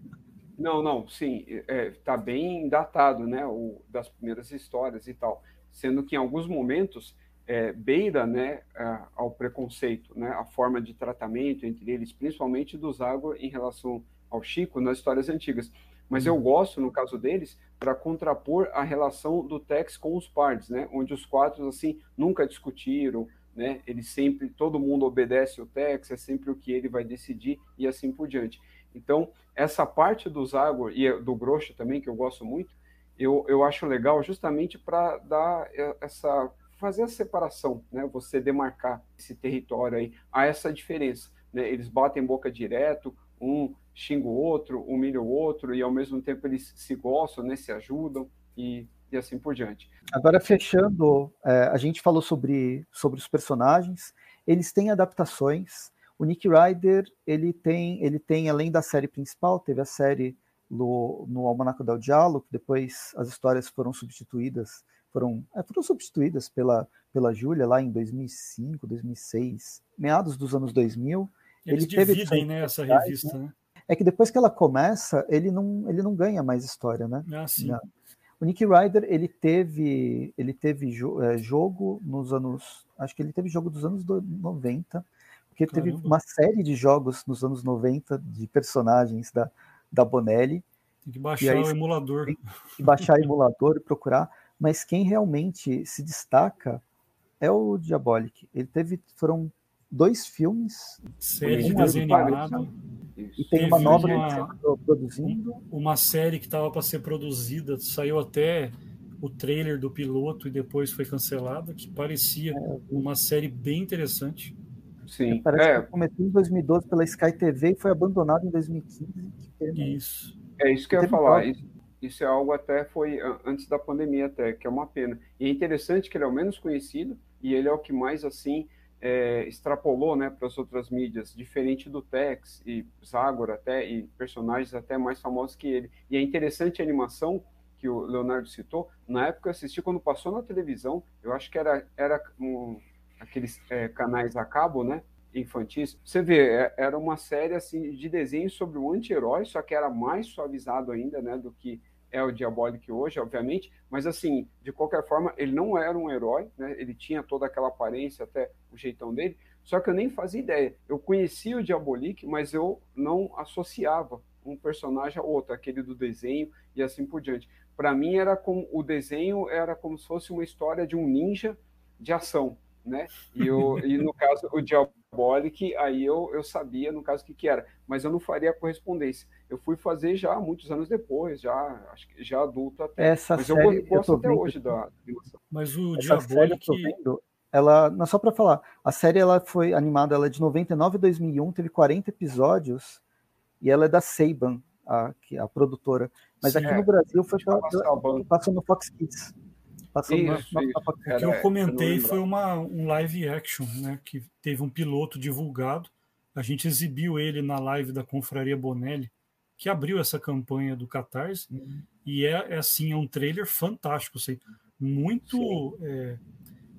Não, não, sim, está é, bem datado, né, o, das primeiras histórias e tal, sendo que em alguns momentos é, beira, né, a, ao preconceito, né, a forma de tratamento entre eles, principalmente do Zagor em relação ao Chico nas histórias antigas. Mas eu gosto, no caso deles, para contrapor a relação do Tex com os Pards, né, onde os quatro assim nunca discutiram, né, ele sempre, todo mundo obedece o Tex, é sempre o que ele vai decidir e assim por diante. Então, essa parte do Zagor e do Groucho também, que eu gosto muito, eu, eu acho legal justamente para dar essa, fazer a separação, né? Você demarcar esse território aí, há essa diferença, né? Eles batem boca direto, um xinga o outro, humilha o outro, e ao mesmo tempo eles se gostam, né? Se ajudam e, e assim por diante. Agora, fechando, é, a gente falou sobre, sobre os personagens, eles têm adaptações. O Nick Ryder, ele tem, ele tem, além da série principal, teve a série no, no Almanaco del Diallo, que depois as histórias foram substituídas, foram, é, foram substituídas pela, pela Júlia lá em dois mil e cinco, dois mil e seis, meados dos anos dois mil. Eles ele teve dividem, né, essa revista, né? É que depois que ela começa, ele não, ele não ganha mais história, né? Ah, sim. Não. O Nick Ryder, ele teve, ele teve jo, é, jogo nos anos, acho que ele teve jogo dos anos noventa, porque Caramba. Teve uma série de jogos nos anos noventa de personagens da, da Bonelli. Tem que baixar aí, o emulador. Tem que baixar o emulador e procurar, mas quem realmente se destaca é o Diabolik. Ele teve, foram dois filmes. Série de desenho animado. E tem uma nova uma, que produzindo. Uma série que estava para ser produzida, saiu até o trailer do piloto e depois foi cancelada, que parecia é, uma série bem interessante. Sim. Parece é. que começou em dois mil e doze pela Sky T V e foi abandonado em dois mil e quinze. Isso. É isso que eu ia falar. Isso, isso é algo até foi antes da pandemia até, que é uma pena. E é interessante que ele é o menos conhecido e ele é o que mais assim É, extrapolou, né, para as outras mídias, diferente do Tex e Zagor até, e personagens até mais famosos que ele. E é interessante a animação que o Leonardo citou. Na época eu assisti quando passou na televisão, eu acho que era, era um, aqueles é, canais a cabo, né, infantis. Você vê, é, era uma série assim, de desenho sobre um anti-herói, só que era mais suavizado ainda, né, do que é o Diabolik hoje, obviamente, mas assim, de qualquer forma, ele não era um herói, né? Ele tinha toda aquela aparência, até o jeitão dele, só que eu nem fazia ideia. Eu conhecia o Diabolik, mas eu não associava um personagem ao outro, aquele do desenho e assim por diante. Para mim, era como o desenho era como se fosse uma história de um ninja de ação, né? E, eu, e no caso, o Diabolik, aí eu, eu sabia, no caso, o que, que era, mas eu não faria a correspondência. Eu fui fazer já muitos anos depois, já acho que já adulto até. Essa mas série, eu gosto eu até vendo, hoje da animação. Mas o Essa Diabolik... série eu tô vendo, ela, não, só para falar, a série ela foi animada, ela é de noventa e nove a dois mil e um, teve quarenta episódios, e ela é da Saban, a, a produtora. Mas Sim, aqui é, no Brasil foi pra, passou no Fox Kids. Isso, na, isso. Na, na o que eu comentei eu foi uma, um live action, né, que teve um piloto divulgado. A gente exibiu ele na live da Confraria Bonelli, que abriu essa campanha do Catarse, uhum. E é, é assim, é um trailer fantástico, assim, muito é,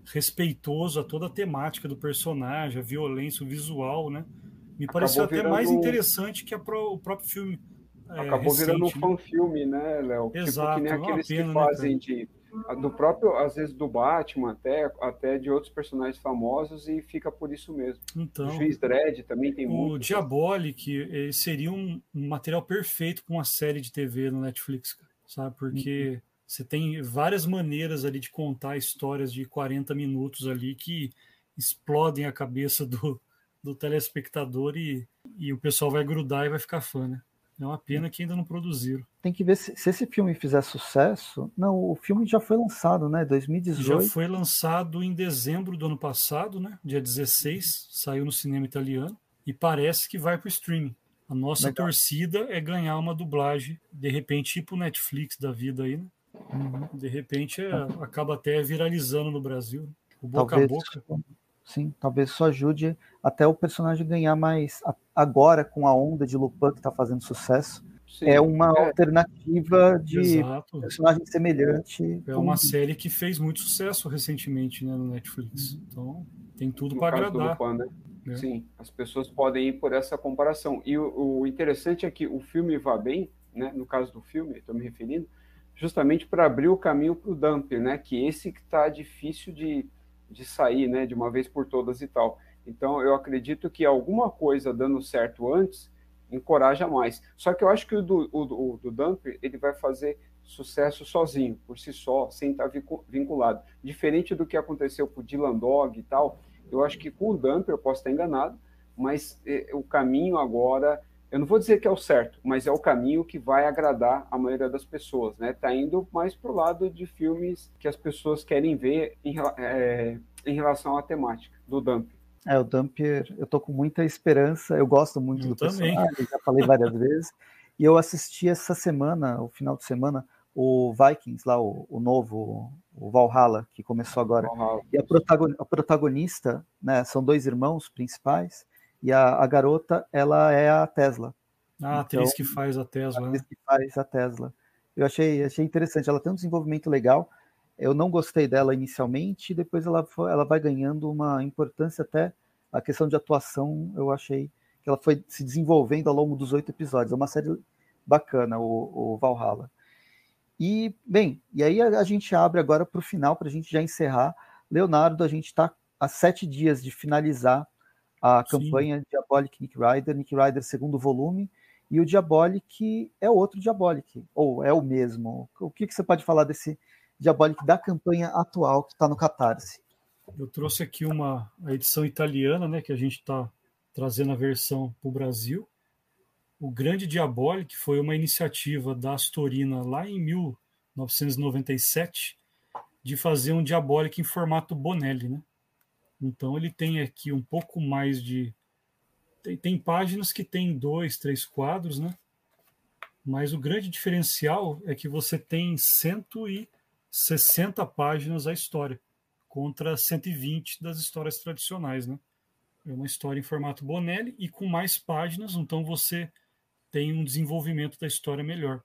respeitoso a toda a temática do personagem, a violência, o visual, né? Me pareceu Acabou até mais virando, interessante que a pro- o próprio filme é, acabou virando um recente, né? fã-filme, né, Léo? Tipo que nem Exato, é uma aqueles que pena, né, cara? fazem de do próprio, às vezes do Batman até até de outros personagens famosos e fica por isso mesmo. O Então, Juiz Dredd também tem o muito desse. Diabolic eh, seria um, um material perfeito para uma série de T V no Netflix, cara, sabe? Porque você tem várias maneiras ali de contar histórias de quarenta minutos ali que explodem a cabeça do, do telespectador e, e o pessoal vai grudar e vai ficar fã, né? É uma pena que ainda não produziram. Tem que ver se, se esse filme fizer sucesso. Não, o filme já foi lançado, né? Já dois mil e dezoito. foi lançado em dezembro do ano passado, né? Dia dezesseis, saiu no cinema italiano e parece que vai para o streaming. A nossa Legal. torcida é ganhar uma dublagem, de repente ir para o Netflix da vida aí, né? Uhum. De repente é, acaba até viralizando no Brasil, né? O boca a Talvez, boca. sim, talvez isso ajude até o personagem ganhar mais. a- Agora, com a onda de Lupin que está fazendo sucesso, é Sim, uma é, alternativa de Exato. personagem semelhante. É Com... uma série que fez muito sucesso recentemente, né, no Netflix. Então tem tudo no para caso do agradar, Lupin, né? né? Sim, as pessoas podem ir por essa comparação. E o, o interessante é que o filme vá bem, né? No caso do filme, estou me referindo, justamente para abrir o caminho para o Dumper, né? Que esse que está difícil de, de sair, né? De uma vez por todas e tal. Então, eu acredito que alguma coisa dando certo antes encoraja mais. Só que eu acho que o do, o, o do Dumper, ele vai fazer sucesso sozinho, por si só, sem estar vinculado. Diferente do que aconteceu com o Dylan Dog e tal, eu acho que com o Dumper, eu posso estar enganado, mas eh, o caminho agora, eu não vou dizer que é o certo, mas é o caminho que vai agradar a maioria das pessoas, né? Tá indo mais pro lado de filmes que as pessoas querem ver em, é, em relação à temática do Dumper. É, o Dumper, eu tô com muita esperança, eu gosto muito Eu do também. personagem, já falei várias vezes, e eu assisti essa semana, o final de semana, o Vikings, lá, o, o novo, o Valhalla, que começou agora. Valhalla. E a, protagon, a protagonista, né, são dois irmãos principais, e a, a garota, ela é a Tesla. A atriz Então, que faz a a Tesla, atriz né? que faz a Tesla. Eu achei, achei interessante, ela tem um desenvolvimento legal, eu não gostei dela inicialmente, depois ela, foi, ela vai ganhando uma importância até, a questão de atuação, eu achei que ela foi se desenvolvendo ao longo dos oito episódios. É uma série bacana, o, o Valhalla. E, bem, e aí a, a gente abre agora para o final, para a gente já encerrar. Leonardo, a gente está há sete dias de finalizar a Sim. campanha Diabolic Nick Rider, Nick Rider segundo volume, e o Diabolic é outro Diabolic, ou é o mesmo. O que, que você pode falar desse Diabolic da campanha atual que está no Catarse? Eu trouxe aqui uma a edição italiana, né, que a gente está trazendo a versão para o Brasil. O Grande Diabolic foi uma iniciativa da Astorina lá em mil novecentos e noventa e sete de fazer um Diabolic em formato Bonelli, né? Então ele tem aqui um pouco mais de tem, tem páginas que tem dois, três quadros, né? Mas o grande diferencial é que você tem cento e sessenta páginas a história, contra cento e vinte das histórias tradicionais, né? É uma história em formato Bonelli e com mais páginas, então você tem um desenvolvimento da história melhor.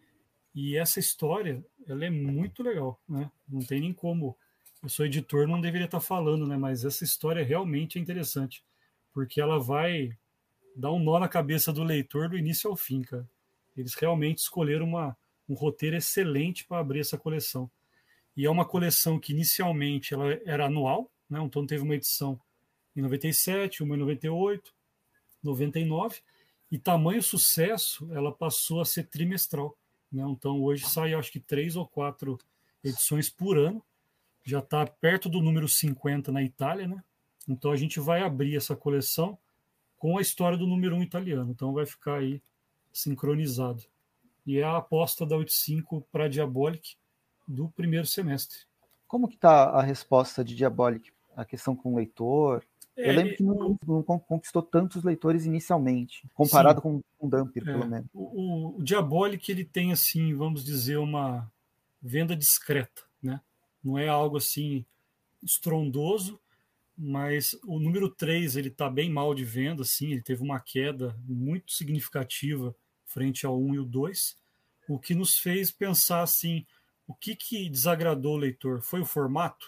E essa história, ela é muito legal, né? Não tem nem como. Eu sou editor, não deveria estar falando, né? Mas essa história realmente é interessante, porque ela vai dar um nó na cabeça do leitor do início ao fim, cara. Eles realmente escolheram uma, um roteiro excelente para abrir essa coleção. E é uma coleção que inicialmente ela era anual, né? Então teve uma edição em noventa e sete, uma em noventa e oito, noventa e nove, e tamanho sucesso ela passou a ser trimestral, né? Então hoje sai acho que três ou quatro edições por ano, já está perto do número cinquenta na Itália, né? Então a gente vai abrir essa coleção com a história do número um italiano, então vai ficar aí sincronizado. E é a aposta da oitenta e cinco para Diabolic do primeiro semestre. Como que está a resposta de Diabolic? A questão com o leitor? Eu É, lembro é, que não, não conquistou tantos leitores inicialmente, sim, comparado com o Dumper, pelo é. menos. O, o, o Diabolic ele tem assim, vamos dizer, uma venda discreta, né? Não é algo assim estrondoso, mas o número três ele está bem mal de venda, assim, ele teve uma queda muito significativa frente ao um e o dois, o que nos fez pensar assim, o que, que desagradou o leitor? Foi o formato?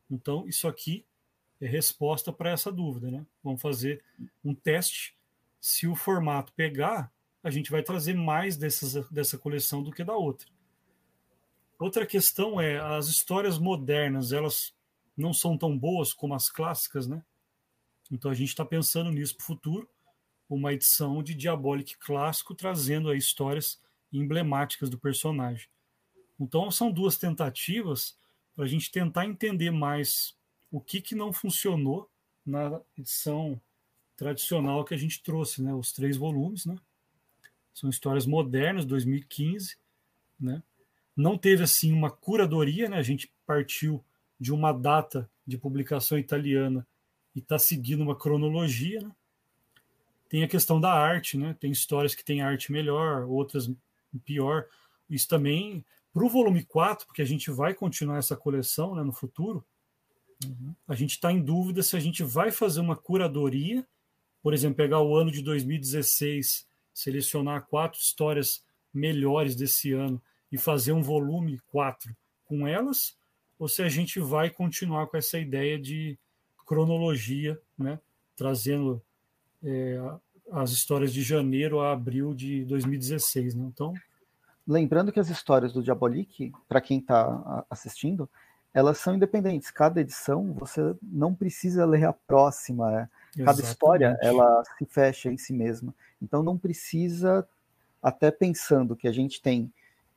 Então, isso aqui é resposta para essa dúvida, né? Vamos fazer um teste. Se o formato pegar, a gente vai trazer mais dessas, dessa coleção do que da outra. Outra questão é, as histórias modernas, elas não são tão boas como as clássicas, né? Então a gente está pensando nisso para o futuro, uma edição de Diabolic clássico, trazendo aí histórias emblemáticas do personagem. Então são duas tentativas para a gente tentar entender mais o que, que não funcionou na edição tradicional que a gente trouxe, né? Os três volumes, né? São histórias modernas, dois mil e quinze, né? Não teve assim uma curadoria, né? A gente partiu de uma data de publicação italiana e está seguindo uma cronologia, né? Tem a questão da arte, né? Tem histórias que têm arte melhor, outras pior. Isso também, para o volume quatro, porque a gente vai continuar essa coleção, né, no futuro, uhum. A gente está em dúvida se a gente vai fazer uma curadoria, por exemplo, pegar o ano de dois mil e dezesseis, selecionar quatro histórias melhores desse ano e fazer um volume quatro com elas, ou se a gente vai continuar com essa ideia de cronologia, né, trazendo é, as histórias de janeiro a abril de dois mil e dezesseis. Né? Então, lembrando que as histórias do Diabolic, para quem está assistindo, elas são independentes. Cada edição você não precisa ler a próxima. Né? Cada exatamente. história ela se fecha em si mesma. Então não precisa, até pensando que a gente tem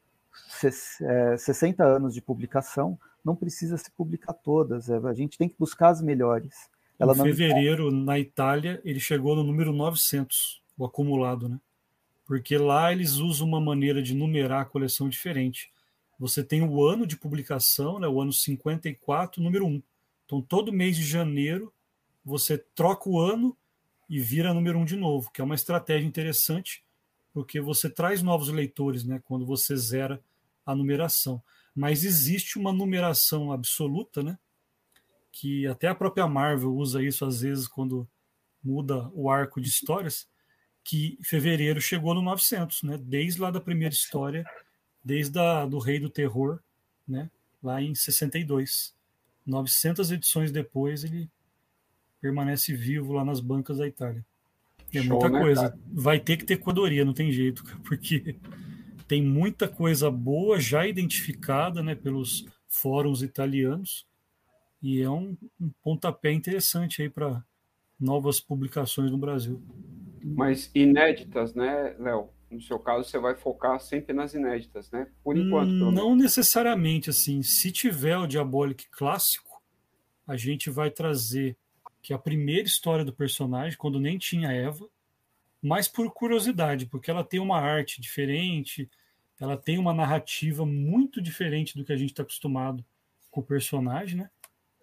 sessenta anos de publicação, não precisa se publicar todas. A gente tem que buscar as melhores. Ela em não fevereiro, está... na Itália, ele chegou no número novecentos, o acumulado, né? Porque lá eles usam uma maneira de numerar a coleção diferente. Você tem o ano de publicação, né, o ano cinquenta e quatro, número um. Então, todo mês de janeiro, você troca o ano e vira número um de novo, que é uma estratégia interessante, porque você traz novos leitores, né, quando você zera a numeração. Mas existe uma numeração absoluta, né, que até a própria Marvel usa isso às vezes quando muda o arco de histórias, que fevereiro chegou no novecentos, né, desde lá da primeira história, desde a, do Rei do Terror, né, lá em sessenta e dois. novecentas edições depois, ele permanece vivo lá nas bancas da Itália. É Show, muita né, coisa. cara? Vai ter que ter curadoria, não tem jeito, porque tem muita coisa boa já identificada, né, pelos fóruns italianos, e é um, um pontapé interessante aí para novas publicações no Brasil. Mas inéditas, né, Léo? No seu caso, você vai focar sempre nas inéditas, né? Por enquanto, pelo menos. Não necessariamente, assim. Se tiver o Diabolic clássico, a gente vai trazer que a primeira história do personagem, quando nem tinha Eva, mas por curiosidade, porque ela tem uma arte diferente, ela tem uma narrativa muito diferente do que a gente está acostumado com o personagem, né?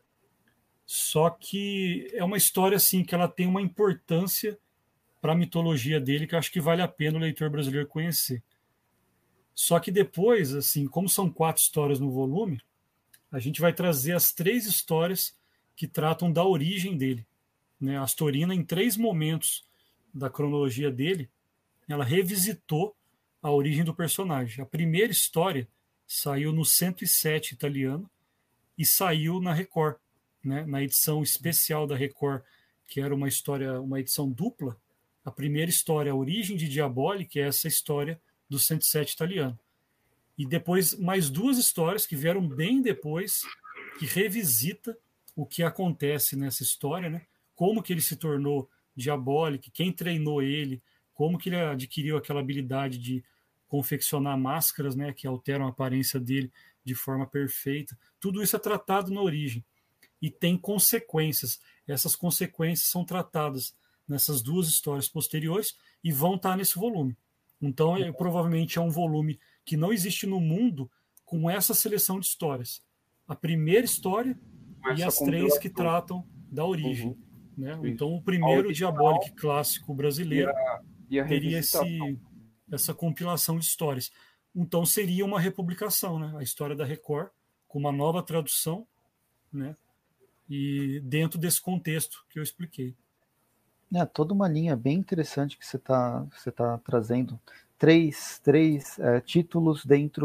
Só que é uma história assim que ela tem uma importância para a mitologia dele que eu acho que vale a pena o leitor brasileiro conhecer. Só que depois, assim, como são quatro histórias no volume, a gente vai trazer as três histórias que tratam da origem dele. Né? A Astorina, em três momentos da cronologia dele, ela revisitou a origem do personagem. A primeira história saiu no cento e sete italiano e saiu na Record, né? Na edição especial da Record, que era uma história, uma edição dupla. A primeira história, a origem de Diabolic, que é essa história do cento e sete italiano. E depois mais duas histórias que vieram bem depois, que revisita o que acontece nessa história, né? Como que ele se tornou Diabolic, quem treinou ele, como que ele adquiriu aquela habilidade de confeccionar máscaras, né, que alteram a aparência dele de forma perfeita. Tudo isso é tratado na origem e tem consequências. Essas consequências são tratadas nessas duas histórias posteriores e vão estar nesse volume. Então, é, provavelmente é um volume que não existe no mundo com essa seleção de histórias. A primeira história e as três que tratam da origem. Uhum. Né? Então, o primeiro Diabolic clássico brasileiro e a, e a teria esse, essa compilação de histórias. Então, seria uma republicação, né? A história da Record, com uma nova tradução, né? E dentro desse contexto que eu expliquei. É, toda uma linha bem interessante que você está você tá trazendo. Três, três é, títulos dentro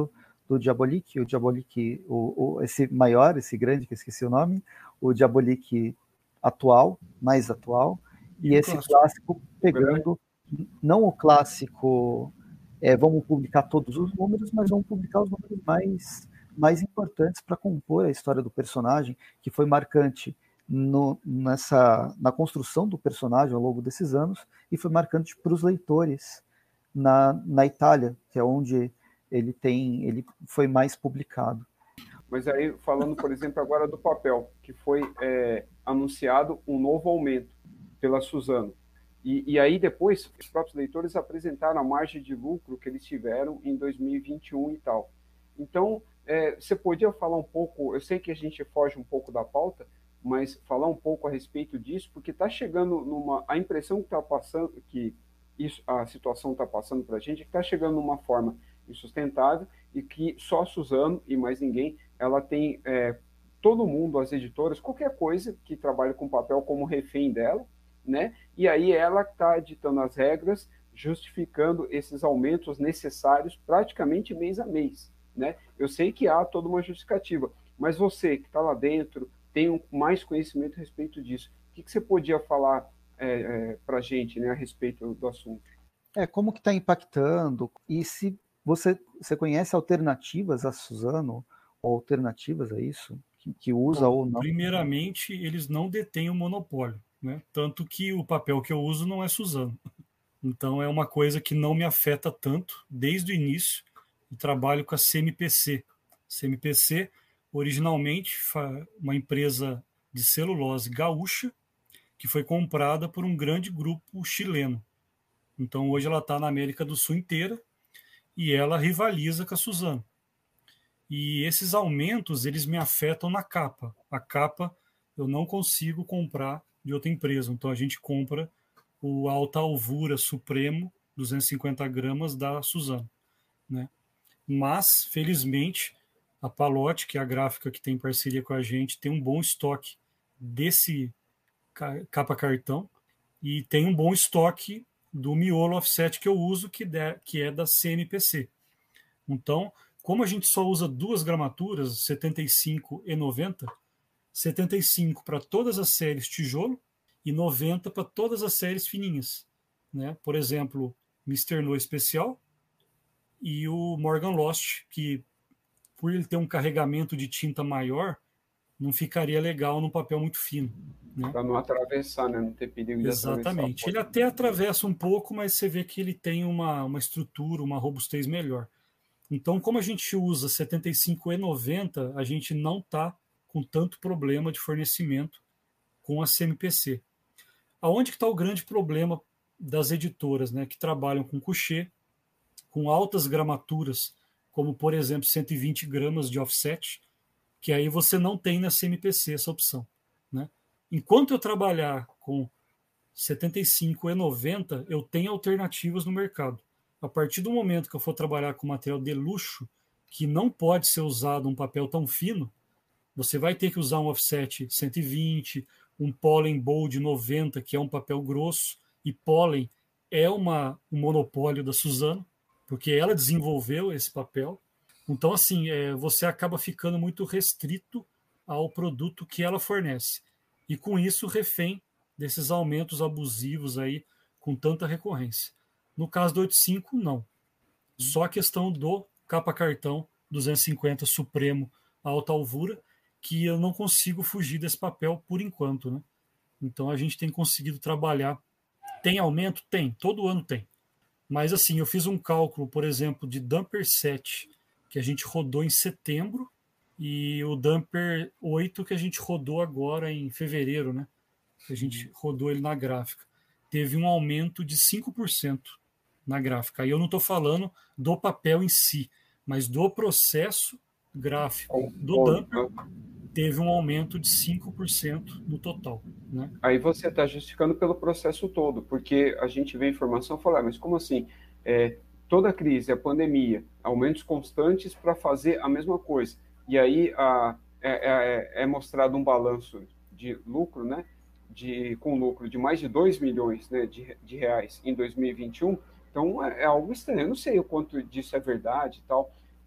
do Diabolik, o Diabolik, o, o, esse maior, esse grande, que eu esqueci o nome, o Diabolik atual, mais atual, e, e esse clássico, clássico pegando, não o clássico, é, vamos publicar todos os números, mas vamos publicar os números mais, mais importantes para compor a história do personagem, que foi marcante no, nessa, na construção do personagem ao longo desses anos, e foi marcante para os leitores na, na Itália, que é onde ele tem, ele foi mais publicado. Mas aí, falando, por exemplo, agora do papel, que foi é, anunciado um novo aumento pela Suzano. E, e aí depois, os próprios leitores apresentaram a margem de lucro que eles tiveram em dois mil e vinte e um e tal. Então, é, você podia falar um pouco, eu sei que a gente foge um pouco da pauta, mas falar um pouco a respeito disso, porque está chegando numa... A impressão que está passando, que isso, a situação está passando para a gente, é que está chegando numa forma insustentável e que só a Suzano e mais ninguém, ela tem é, todo mundo, as editoras, qualquer coisa que trabalhe com papel como refém dela, né? E aí ela está ditando as regras, justificando esses aumentos necessários praticamente mês a mês, né? Eu sei que há toda uma justificativa, mas você que está lá dentro tem um, mais conhecimento a respeito disso. O que, que você podia falar é, é, para a gente, né, a respeito do assunto? É, como que está impactando e se Você, você conhece alternativas a Suzano, ou alternativas a isso, que, que usa Bom, ou não? Primeiramente, eles não detêm o monopólio, né? Tanto que o papel que eu uso não é Suzano. Então é uma coisa que não me afeta tanto desde o início. Eu trabalho com a C M P C. C M P C, originalmente, uma empresa de celulose gaúcha, que foi comprada por um grande grupo chileno. Então hoje ela está na América do Sul inteira, e ela rivaliza com a Suzano. E esses aumentos, eles me afetam na capa. A capa eu não consigo comprar de outra empresa, então a gente compra o Alta Alvura Supremo, duzentos e cinquenta gramas da Suzano, né? Mas, felizmente, a Palotte, que é a gráfica que tem parceria com a gente, tem um bom estoque desse capa cartão e tem um bom estoque do miolo offset que eu uso, que, de, que é da C M P C. Então, como a gente só usa duas gramaturas, setenta e cinco e noventa, setenta e cinco para todas as séries tijolo e noventa para todas as séries fininhas, né? Por exemplo, mister No Especial e o Morgan Lost, que por ele ter um carregamento de tinta maior, não ficaria legal num papel muito fino, né? Para não atravessar, né? Não ter perigo de atravessar. Exatamente. Ele até atravessa um pouco, mas você vê que ele tem uma, uma estrutura, uma robustez melhor. Então, como a gente usa setenta e cinco e noventa, a gente não está com tanto problema de fornecimento com a C M P C. Aonde que está o grande problema das editoras, né, que trabalham com couché, com altas gramaturas, como, por exemplo, cento e vinte gramas de offset, que aí você não tem na C M P C essa opção, né? Enquanto eu trabalhar com setenta e cinco e noventa, eu tenho alternativas no mercado. A partir do momento que eu for trabalhar com material de luxo, que não pode ser usado um papel tão fino, você vai ter que usar um offset cento e vinte, um Pollen Bold noventa, que é um papel grosso, e Pollen é uma, um monopólio da Suzano, porque ela desenvolveu esse papel. Então, assim, é, você acaba ficando muito restrito ao produto que ela fornece. E com isso, refém desses aumentos abusivos aí com tanta recorrência. No caso do oitenta e cinco, não. Só a questão do capa cartão duzentos e cinquenta Supremo alta alvura, que eu não consigo fugir desse papel por enquanto, né? Então a gente tem conseguido trabalhar. Tem aumento? Tem. Todo ano tem. Mas assim, eu fiz um cálculo, por exemplo, de Dumper sete, que a gente rodou em setembro, e o Dumper oito que a gente rodou agora em fevereiro, né? A gente rodou ele na gráfica. Teve um aumento de cinco por cento na gráfica. Aí eu não estou falando do papel em si, mas do processo gráfico do Dumper, teve um aumento de cinco por cento no total, né? Aí você está justificando pelo processo todo, porque a gente vê informação e fala, ah, mas como assim? É, toda a crise, a pandemia, aumentos constantes para fazer a mesma coisa. E aí a, é, é, é mostrado um balanço de lucro, né? De, com lucro de mais de dois milhões, né, de, de reais em dois mil e vinte e um. Então é, é algo estranho. Eu não sei o quanto disso é verdade e tal.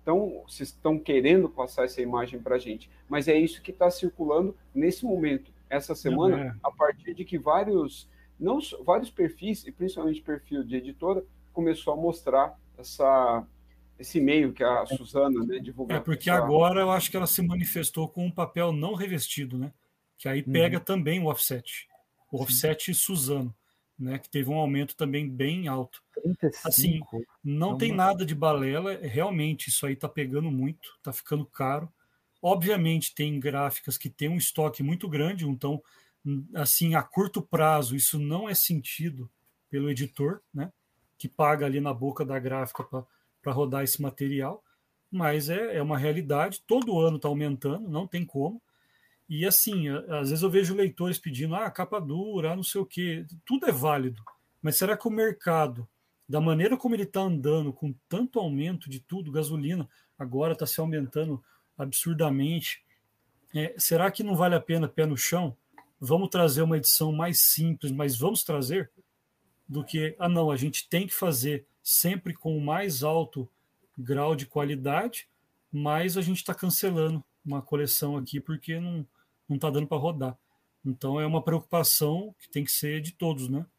estão se estão querendo passar essa imagem para a gente, mas é isso que está circulando nesse momento, essa semana, Não, é. a partir de que vários, não, vários perfis, e principalmente perfil de editora, começou a mostrar essa, esse e-mail que a Suzana, né, divulgou. É porque essa... agora eu acho que ela se manifestou com um papel não revestido, né? Que aí pega uhum. também o offset. O Sim. offset Suzano, né? Que teve um aumento também bem alto. trinta e cinco. Assim, não tem nada de balela, realmente isso aí tá pegando muito, tá ficando caro. Obviamente tem gráficas que tem um estoque muito grande, então, assim, a curto prazo isso não é sentido pelo editor, né? Que paga ali na boca da gráfica para rodar esse material. Mas é, é uma realidade, todo ano está aumentando, não tem como. E assim, às vezes eu vejo leitores pedindo, ah, capa dura, ah, não sei o quê, tudo é válido. Mas será que o mercado, da maneira como ele está andando, com tanto aumento de tudo, gasolina agora está se aumentando absurdamente, é, será que não vale a pena pé no chão? Vamos trazer uma edição mais simples, mas vamos trazer? Do que, ah não, a gente tem que fazer sempre com o mais alto grau de qualidade, mas a gente está cancelando uma coleção aqui porque não não está dando para rodar. Então é uma preocupação que tem que ser de todos, né?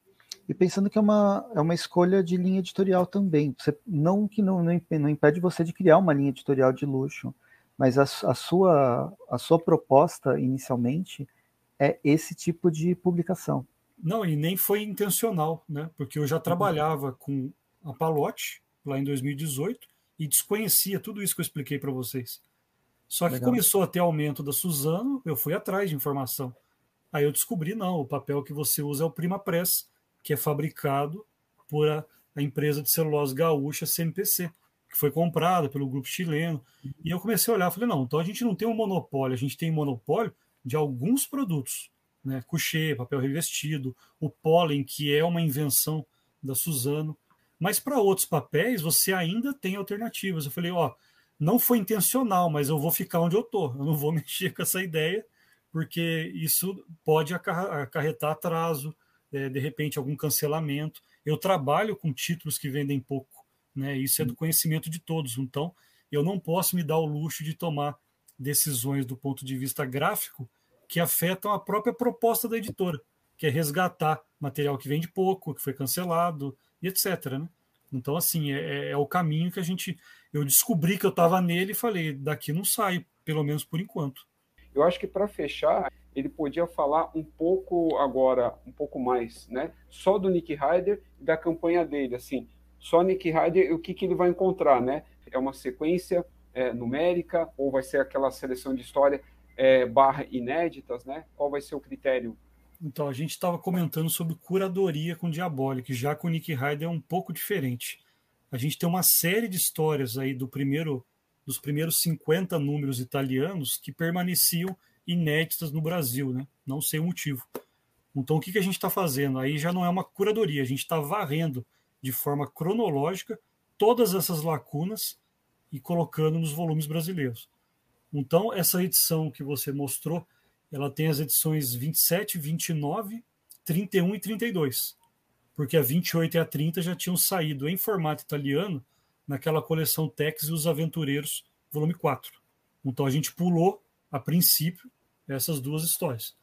E pensando que é uma, é uma escolha de linha editorial também. Você, não que não, não impede você de criar uma linha editorial de luxo, mas a, a, sua, a sua proposta inicialmente é esse tipo de publicação. Não, e nem foi intencional, né? Porque eu já trabalhava com a Palote lá em dois mil e dezoito e desconhecia tudo isso que eu expliquei para vocês. Só que Legal. Começou a ter aumento da Suzano, eu fui atrás de informação. Aí eu descobri, não, o papel que você usa é o Prima Press, que é fabricado por a, a empresa de celulose gaúcha C M P C, que foi comprada pelo grupo chileno. E eu comecei a olhar, falei, não, então a gente não tem um monopólio, a gente tem monopólio de alguns produtos, né? Couché, papel revestido, o pólen, que é uma invenção da Suzano. Mas para outros papéis, você ainda tem alternativas. Eu falei, ó, não foi intencional, mas eu vou ficar onde eu tô. Eu não vou mexer com essa ideia, porque isso pode acarretar atraso, é, de repente algum cancelamento. Eu trabalho com títulos que vendem pouco, né? Isso é do conhecimento de todos. Então, eu não posso me dar o luxo de tomar decisões do ponto de vista gráfico que afetam a própria proposta da editora, que é resgatar material que vende pouco, que foi cancelado, e etcétera. Né? Então, assim, é, é o caminho que a gente... Eu descobri que eu estava nele e falei, daqui não saio, pelo menos por enquanto. Eu acho que para fechar, ele podia falar um pouco agora, um pouco mais, né? Só do Nick Ryder e da campanha dele, assim, só Nick Ryder e o que, que ele vai encontrar, né? É uma sequência é, numérica ou vai ser aquela seleção de história é, barra inéditas, né? Qual vai ser o critério? Então, a gente estava comentando sobre curadoria com Diabolic, já com o Nick Ryder é um pouco diferente. A gente tem uma série de histórias aí do primeiro, dos primeiros cinquenta números italianos que permaneciam inéditas no Brasil, né? Não sei o motivo. Então, o que, que a gente está fazendo? Aí já não é uma curadoria, a gente está varrendo de forma cronológica todas essas lacunas e colocando nos volumes brasileiros. Então, essa edição que você mostrou, ela tem as edições vinte e sete, vinte e nove, trinta e um e trinta e dois. Porque a vinte e oito e a trinta já tinham saído em formato italiano naquela coleção Tex e os Aventureiros, volume quatro. Então a gente pulou, a princípio, essas duas histórias.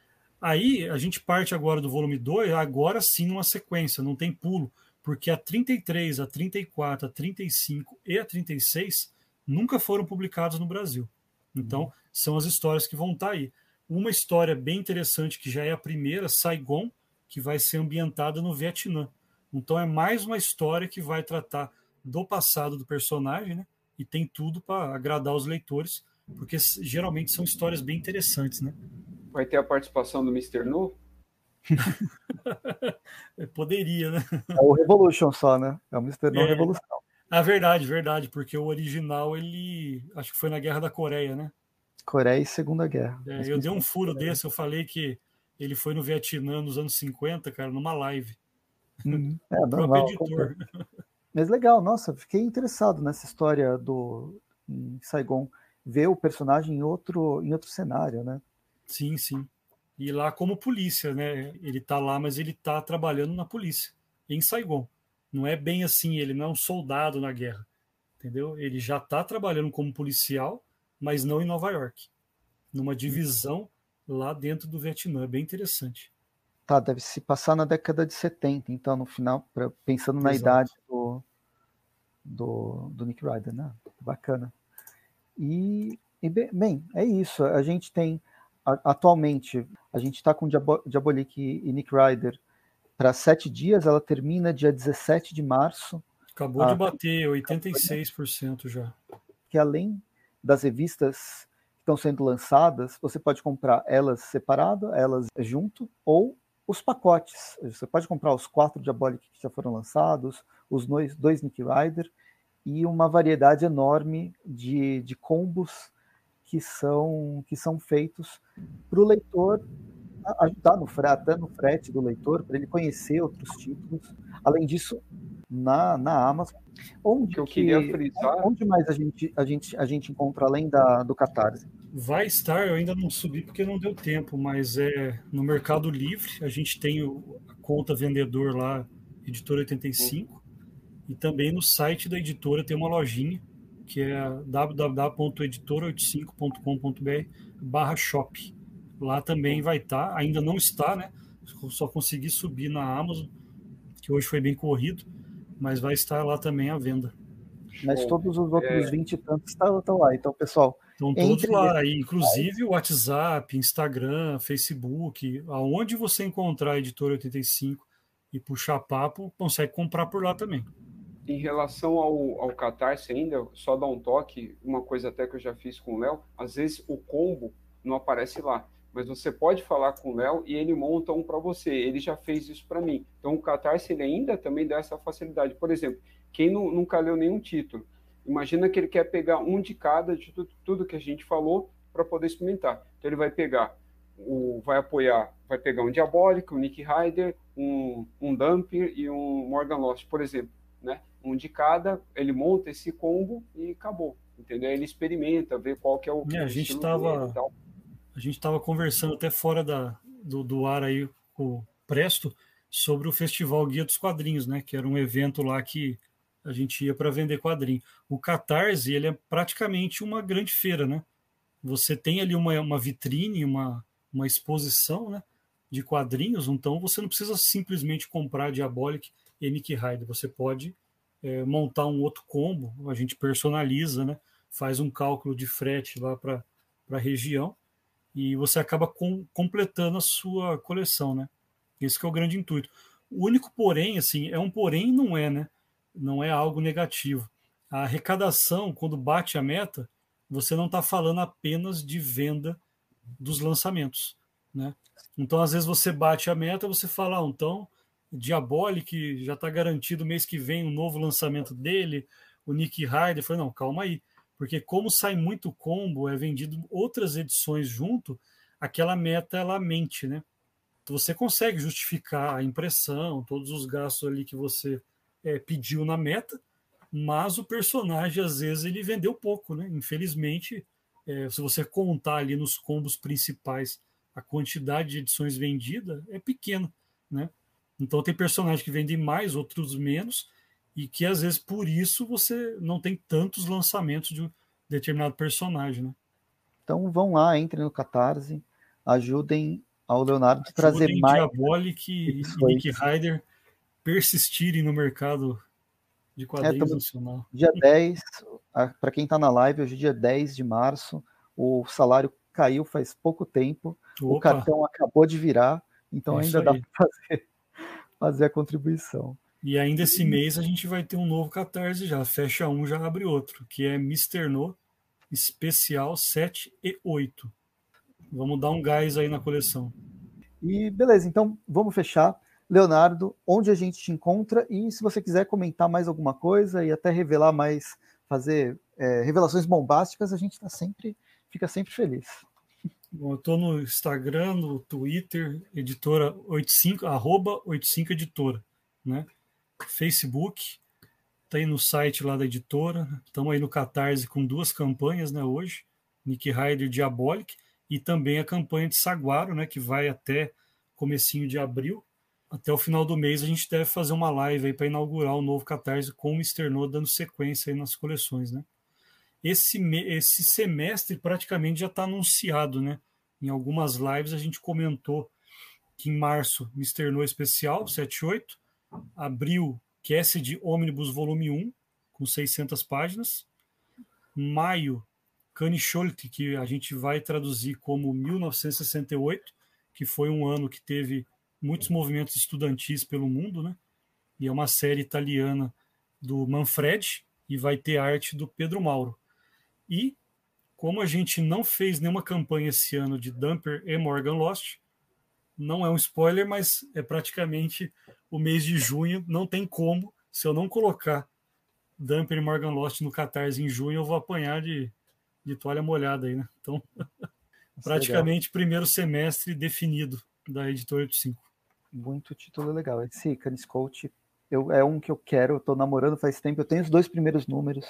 Aí a gente parte agora do volume dois, agora sim numa sequência, não tem pulo, porque a trinta e três, a trinta e quatro, a trinta e cinco e a trinta e seis nunca foram publicados no Brasil. Então, uhum. são as histórias que vão estar aí. Uma história bem interessante, que já é a primeira, Saigon, que vai ser ambientada no Vietnã. Então é mais uma história que vai tratar do passado do personagem, né? E tem tudo para agradar os leitores, porque geralmente são histórias bem interessantes, né? Vai ter a participação do mister Nu? Poderia, né? É o Revolution só, né? É o mister Nu é... Revolução. Ah, verdade, verdade, porque o original, ele acho que foi na Guerra da Coreia, né? Coreia e Segunda Guerra. É, eu dei um furo desse, eu falei que ele foi no Vietnã nos anos cinquenta, cara, numa live. Hum, é, o próprio editor. Mas legal, nossa, fiquei interessado nessa história do em Saigon, ver o personagem em outro, em outro cenário, né? Sim, sim. E lá como polícia, né? Ele tá lá, mas ele tá trabalhando na polícia, em Saigon. Não é bem assim, ele não é um soldado na guerra. entendeu? Ele já está trabalhando como policial, mas não em Nova York, numa divisão lá dentro do Vietnã. É bem interessante. Tá, deve se passar na década de setenta, então, no final, pra, pensando na Exato. idade do, do, do Nick Ryder, né? Bacana. E, e, bem, é isso. A gente tem, atualmente, a gente está com Diabolik e Nick Ryder para sete dias, ela termina dia dezessete de março. Acabou de bater oitenta e seis por cento já. Que além das revistas que estão sendo lançadas, você pode comprar elas separadas, elas junto, ou os pacotes. Você pode comprar os quatro Diabolik que já foram lançados, os dois, dois Nick Ryder, e uma variedade enorme de, de combos que são, que são feitos para o leitor ajudar no frete, até no frete do leitor, para ele conhecer outros títulos. Além disso, na, na Amazon, onde, que eu que, queria frisar... onde mais a gente, a gente, a gente encontra além da, do Catarse? Vai estar, eu ainda não subi porque não deu tempo, mas é no Mercado Livre, a gente tem o, a conta vendedor lá, Editora oitenta e cinco, uhum. E também no site da editora tem uma lojinha, que é w w w ponto editora oitenta e cinco ponto com ponto b r barra shop. Lá também vai estar, ainda não está, né? Só consegui subir na Amazon, que hoje foi bem corrido, mas vai estar lá também à venda. Mas todos os outros vinte é... e tantos estão lá. Então, pessoal, estão todos lá, aí, inclusive o WhatsApp, Instagram, Facebook, aonde você encontrar a Editora oitenta e cinco e puxar papo, consegue comprar por lá também. Em relação ao, ao Catarse ainda, só dar um toque, uma coisa até que eu já fiz com o Léo, às vezes o combo não aparece lá, mas você pode falar com o Léo e ele monta um para você, ele já fez isso para mim. Então o Catarse ele ainda também dá essa facilidade. Por exemplo, quem não, nunca leu nenhum título, imagina que ele quer pegar um de cada de tudo, tudo que a gente falou para poder experimentar. Então ele vai pegar, o, vai apoiar, vai pegar um Diabolik, um Nick Ryder, um, um Dhampir e um Morgan Lost, por exemplo, né? Um de cada, ele monta esse combo e acabou, entendeu? Ele experimenta, vê qual que é o, é, a o gente estilo tava, dele e tal. A gente estava conversando até fora da, do, do ar aí com o Presto sobre o Festival Guia dos Quadrinhos, né? Que era um evento lá que a gente ia para vender quadrinho. O Catarse, ele é praticamente uma grande feira, né? Você tem ali uma, uma vitrine, uma, uma exposição, né, de quadrinhos, então você não precisa simplesmente comprar Diabolik e Nick Ryder, você pode é, montar um outro combo, a gente personaliza, né, faz um cálculo de frete lá para a região e você acaba com, completando a sua coleção, né? Esse que é o grande intuito. O único porém, assim, é um porém e não é, né? Não é algo negativo. A arrecadação, quando bate a meta, você não está falando apenas de venda dos lançamentos, né? Então, às vezes você bate a meta, você fala, ah, então, Diabolik já está garantido mês que vem um novo lançamento dele, o Nick Ryder, falei, não, calma aí, porque como sai muito combo, é vendido outras edições junto, aquela meta ela mente, né? Você consegue justificar a impressão, todos os gastos ali que você é, pediu na meta, mas o personagem, às vezes, ele vendeu pouco, né? Infelizmente, é, se você contar ali nos combos principais, a quantidade de edições vendidas é pequena, né? Então tem personagens que vendem mais, outros menos, e que, às vezes, por isso você não tem tantos lançamentos de um determinado personagem, né? Então vão lá, entrem no Catarse, ajudem ao Leonardo a trazer ajudem mais Diabolik e Nick Ryder persistirem no mercado de quadrinhos é, nacional. Dia dez, para quem está na live, hoje é dia dez de março, o salário caiu faz pouco tempo, Opa. O cartão acabou de virar, então é ainda dá para fazer, fazer a contribuição. E ainda esse e... mês a gente vai ter um novo Catarse já, fecha um, já abre outro, que é mister No Especial sete e oito. Vamos dar um gás aí na coleção. E beleza, então vamos fechar. Leonardo, onde a gente te encontra e se você quiser comentar mais alguma coisa e até revelar mais, fazer é, revelações bombásticas, a gente tá sempre, fica sempre feliz. Bom, eu estou no Instagram, no Twitter, editora oitenta e cinco, arroba oitenta e cinco editora, né? Facebook, tá aí no site lá da editora, estamos aí no Catarse com duas campanhas, né, hoje, Nick Ryder Diabolik e também a campanha de Saguaro, né, que vai até comecinho de abril. até o final do mês a gente deve fazer uma live aí para inaugurar o novo Catarse com o mister No dando sequência aí nas coleções, né? Esse, esse semestre praticamente já está anunciado, né? Em algumas lives a gente comentou que em março, mister No especial, sete e oito, abril, Cassidy Omnibus volume um, com seiscentas páginas, maio, Kani Scholte, que a gente vai traduzir como mil novecentos e sessenta e oito, que foi um ano que teve muitos movimentos estudantis pelo mundo, né? E é uma série italiana do Manfred, e vai ter arte do Pedro Mauro. E, como a gente não fez nenhuma campanha esse ano de Dumper e Morgan Lost, não é um spoiler, mas é praticamente o mês de junho, não tem como, se eu não colocar Dumper e Morgan Lost no Catarse em junho, eu vou apanhar de, de toalha molhada aí, né? Então, praticamente legal. Primeiro semestre definido da editora oitenta e cinco. Muito título legal. Esse Canis Coach eu, é um que eu quero, eu tô namorando faz tempo, eu tenho os dois primeiros números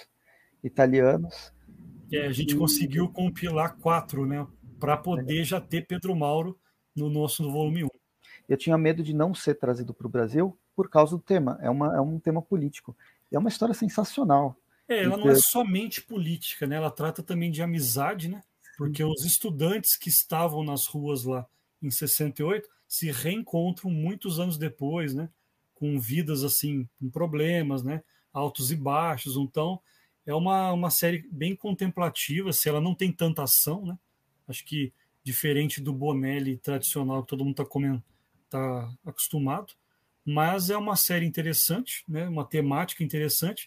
italianos. É, a gente e... conseguiu compilar quatro, né? Para poder já ter Pedro Mauro no nosso volume um. Eu tinha medo de não ser trazido para o Brasil por causa do tema. É, uma, é um tema político. É uma história sensacional. É, ela não é somente política, né? Ela trata também de amizade, né? Porque os estudantes que estavam nas ruas lá em sessenta e oito se reencontram muitos anos depois, né? Com vidas assim, com problemas, né? Altos e baixos. Então, é uma, uma série bem contemplativa, se ela não tem tanta ação, né? Acho que diferente do Bonelli tradicional que todo mundo está tá acostumado, mas é uma série interessante, né? Uma temática interessante.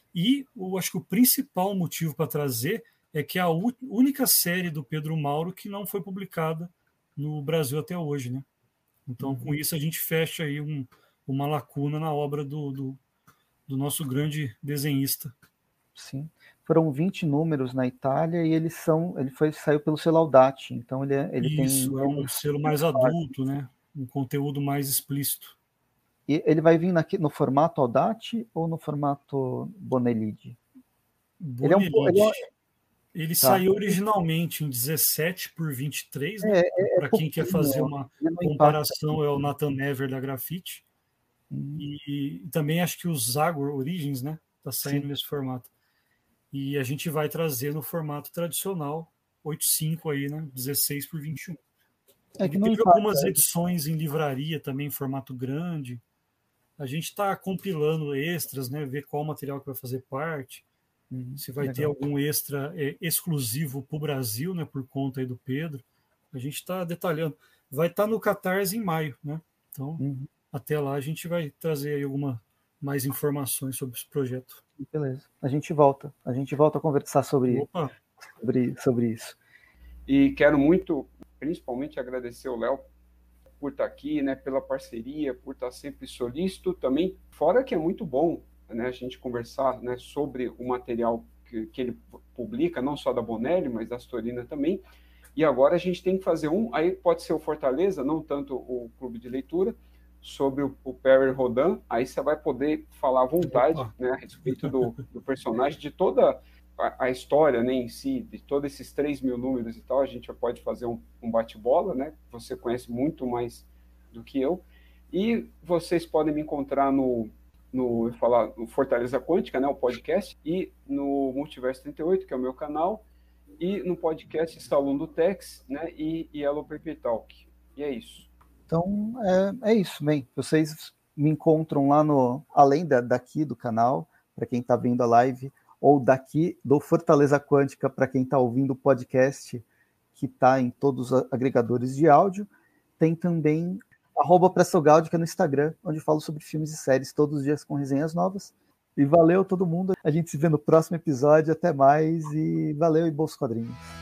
E eu acho que o principal motivo para trazer é que é a única série do Pedro Mauro que não foi publicada no Brasil até hoje, né? Então, uhum. com isso, a gente fecha aí um, uma lacuna na obra do, do, do nosso grande desenhista. Sim. Foram vinte números na Itália e eles são, ele foi, saiu pelo selo Audate, então ele, ele isso, tem... Isso, é um selo mais adulto, né? Um conteúdo mais explícito. E ele vai vir naqui, no formato Audate ou no formato Bonelide? Ele, é um, ele, é... ele tá. saiu originalmente em dezessete por vinte e três, né? É, é para quem quer fazer uma comparação, impacta. É o Nathan Never da Grafite. Hum. E, e também acho que o Zagor Origins, né? Tá saindo Sim. nesse formato. E a gente vai trazer no formato tradicional, oito cinco aí, né? dezesseis por vinte e um. É que teve algumas edições em livraria também, em formato grande. A gente está compilando extras, né? Ver qual material que vai fazer parte. Hum, se vai legal. Ter algum extra é, exclusivo para o Brasil, né? Por conta aí do Pedro. A gente está detalhando. Vai estar tá no Catarse em maio, né? Então, uhum. até lá a gente vai trazer aí alguma mais informações sobre esse projeto. Beleza. A gente volta. A gente volta a conversar sobre, sobre, sobre isso. E quero muito, principalmente, agradecer o Léo por estar aqui, né, pela parceria, por estar sempre solícito também, fora que é muito bom, né, a gente conversar, né, sobre o material que, que ele publica, não só da Bonelli, mas da Astorina também. E agora a gente tem que fazer um, aí pode ser o Fortaleza, não tanto o Clube de Leitura, sobre o, o Perry Rodan, aí você vai poder falar à vontade, né, a respeito do, do personagem, de toda a, a história, né, em si, de todos esses três mil números e tal. A gente já pode fazer um, um bate-bola, né, você conhece muito mais do que eu, e vocês podem me encontrar no, no, eu falar, no Fortaleza Quântica, né, o podcast, e no Multiverso trinta e oito, que é o meu canal, e no podcast Salão do Tex, né, e Yellow Paper Talk. E é isso. Então, é, é isso, bem. Vocês me encontram lá no, além da, daqui do canal, para quem está vendo a live, ou daqui do Fortaleza Quântica, para quem está ouvindo o podcast, que está em todos os agregadores de áudio. Tem também arroba Pressogáudica no Instagram, onde eu falo sobre filmes e séries todos os dias com resenhas novas. E valeu todo mundo. A gente se vê no próximo episódio. Até mais e valeu e bons quadrinhos.